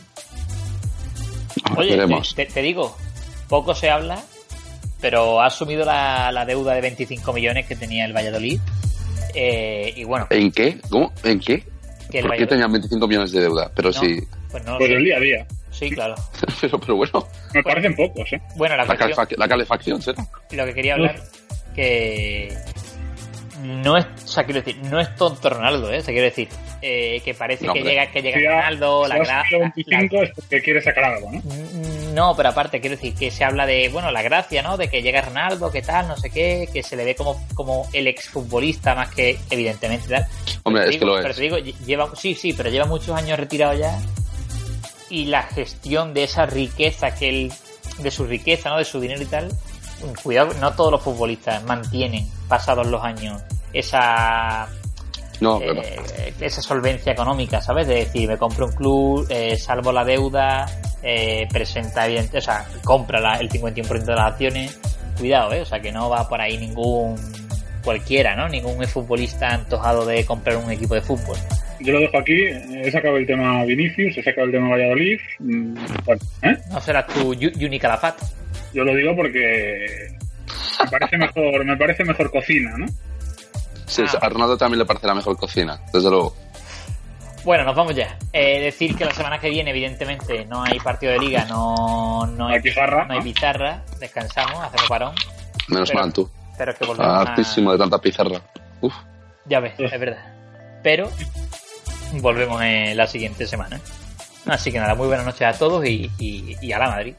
S1: Oye, te digo, poco se habla, pero ha asumido la deuda de 25 millones que tenía el Valladolid. Y bueno.
S3: ¿En qué? ¿Cómo? ¿En qué? ¿Por qué tenían 25 millones de deuda? Pero no, sí.
S2: Pues el día a día.
S1: Sí, claro.
S3: pero bueno.
S2: Me parecen pocos, ¿eh?
S1: Bueno,
S3: la calefacción, ¿será?
S1: Lo que quería hablar, que no es, o sea, quiero decir, no es tonto Ronaldo, ¿eh? O sea, quiero decir, que parece que llega
S2: Ronaldo, la gracia. 25 es porque quiere sacar algo, ¿no?
S1: No, pero aparte, quiero decir, que se habla de, bueno, la gracia, ¿no? De que llega Ronaldo, que tal, no sé qué, que se le ve como el exfutbolista más que, evidentemente, tal.
S3: Hombre, es que lo es.
S1: Pero te digo, pero lleva muchos años retirado ya. Y la gestión de esa riqueza de su riqueza, ¿no? De su dinero y tal. Cuidado, no todos los futbolistas mantienen, pasados los años, esa solvencia económica, ¿sabes? De decir, me compro un club, salvo la deuda, presenta evidente, o sea, compra el 51% de las acciones. Cuidado, o sea, que no va por ahí ningún cualquiera, ¿no? Ningún futbolista antojado de comprar un equipo de fútbol.
S2: Yo lo dejo aquí, he sacado el tema Vinicius, he sacado el tema Valladolid. Bueno,
S1: ¿No serás tú Juni Calafat?
S2: Yo lo digo porque me parece mejor cocina, ¿no?
S3: Sí, a Ronaldo también le parece la mejor cocina, desde luego.
S1: Bueno, nos vamos ya. Decir que la semana que viene, evidentemente, no hay partido de liga, no hay
S2: pizarra.
S1: No hay pizarra, descansamos, hacemos parón.
S3: Menos mal tú.
S1: Pero es que volvemos
S3: hartísimo de tanta pizarra. Uf.
S1: Ya ves, es verdad. Pero volvemos en la siguiente semana. Así que nada, muy buenas noches a todos y a la Madrid.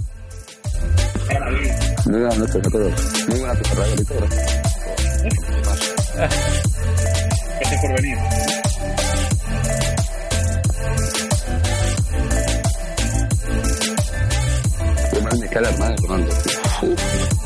S3: Muy buenas noches a todos. Muy buenas noches, Rayo.
S2: Gracias por venir.
S3: Qué mal me cae la hermana de Ronaldo, tío.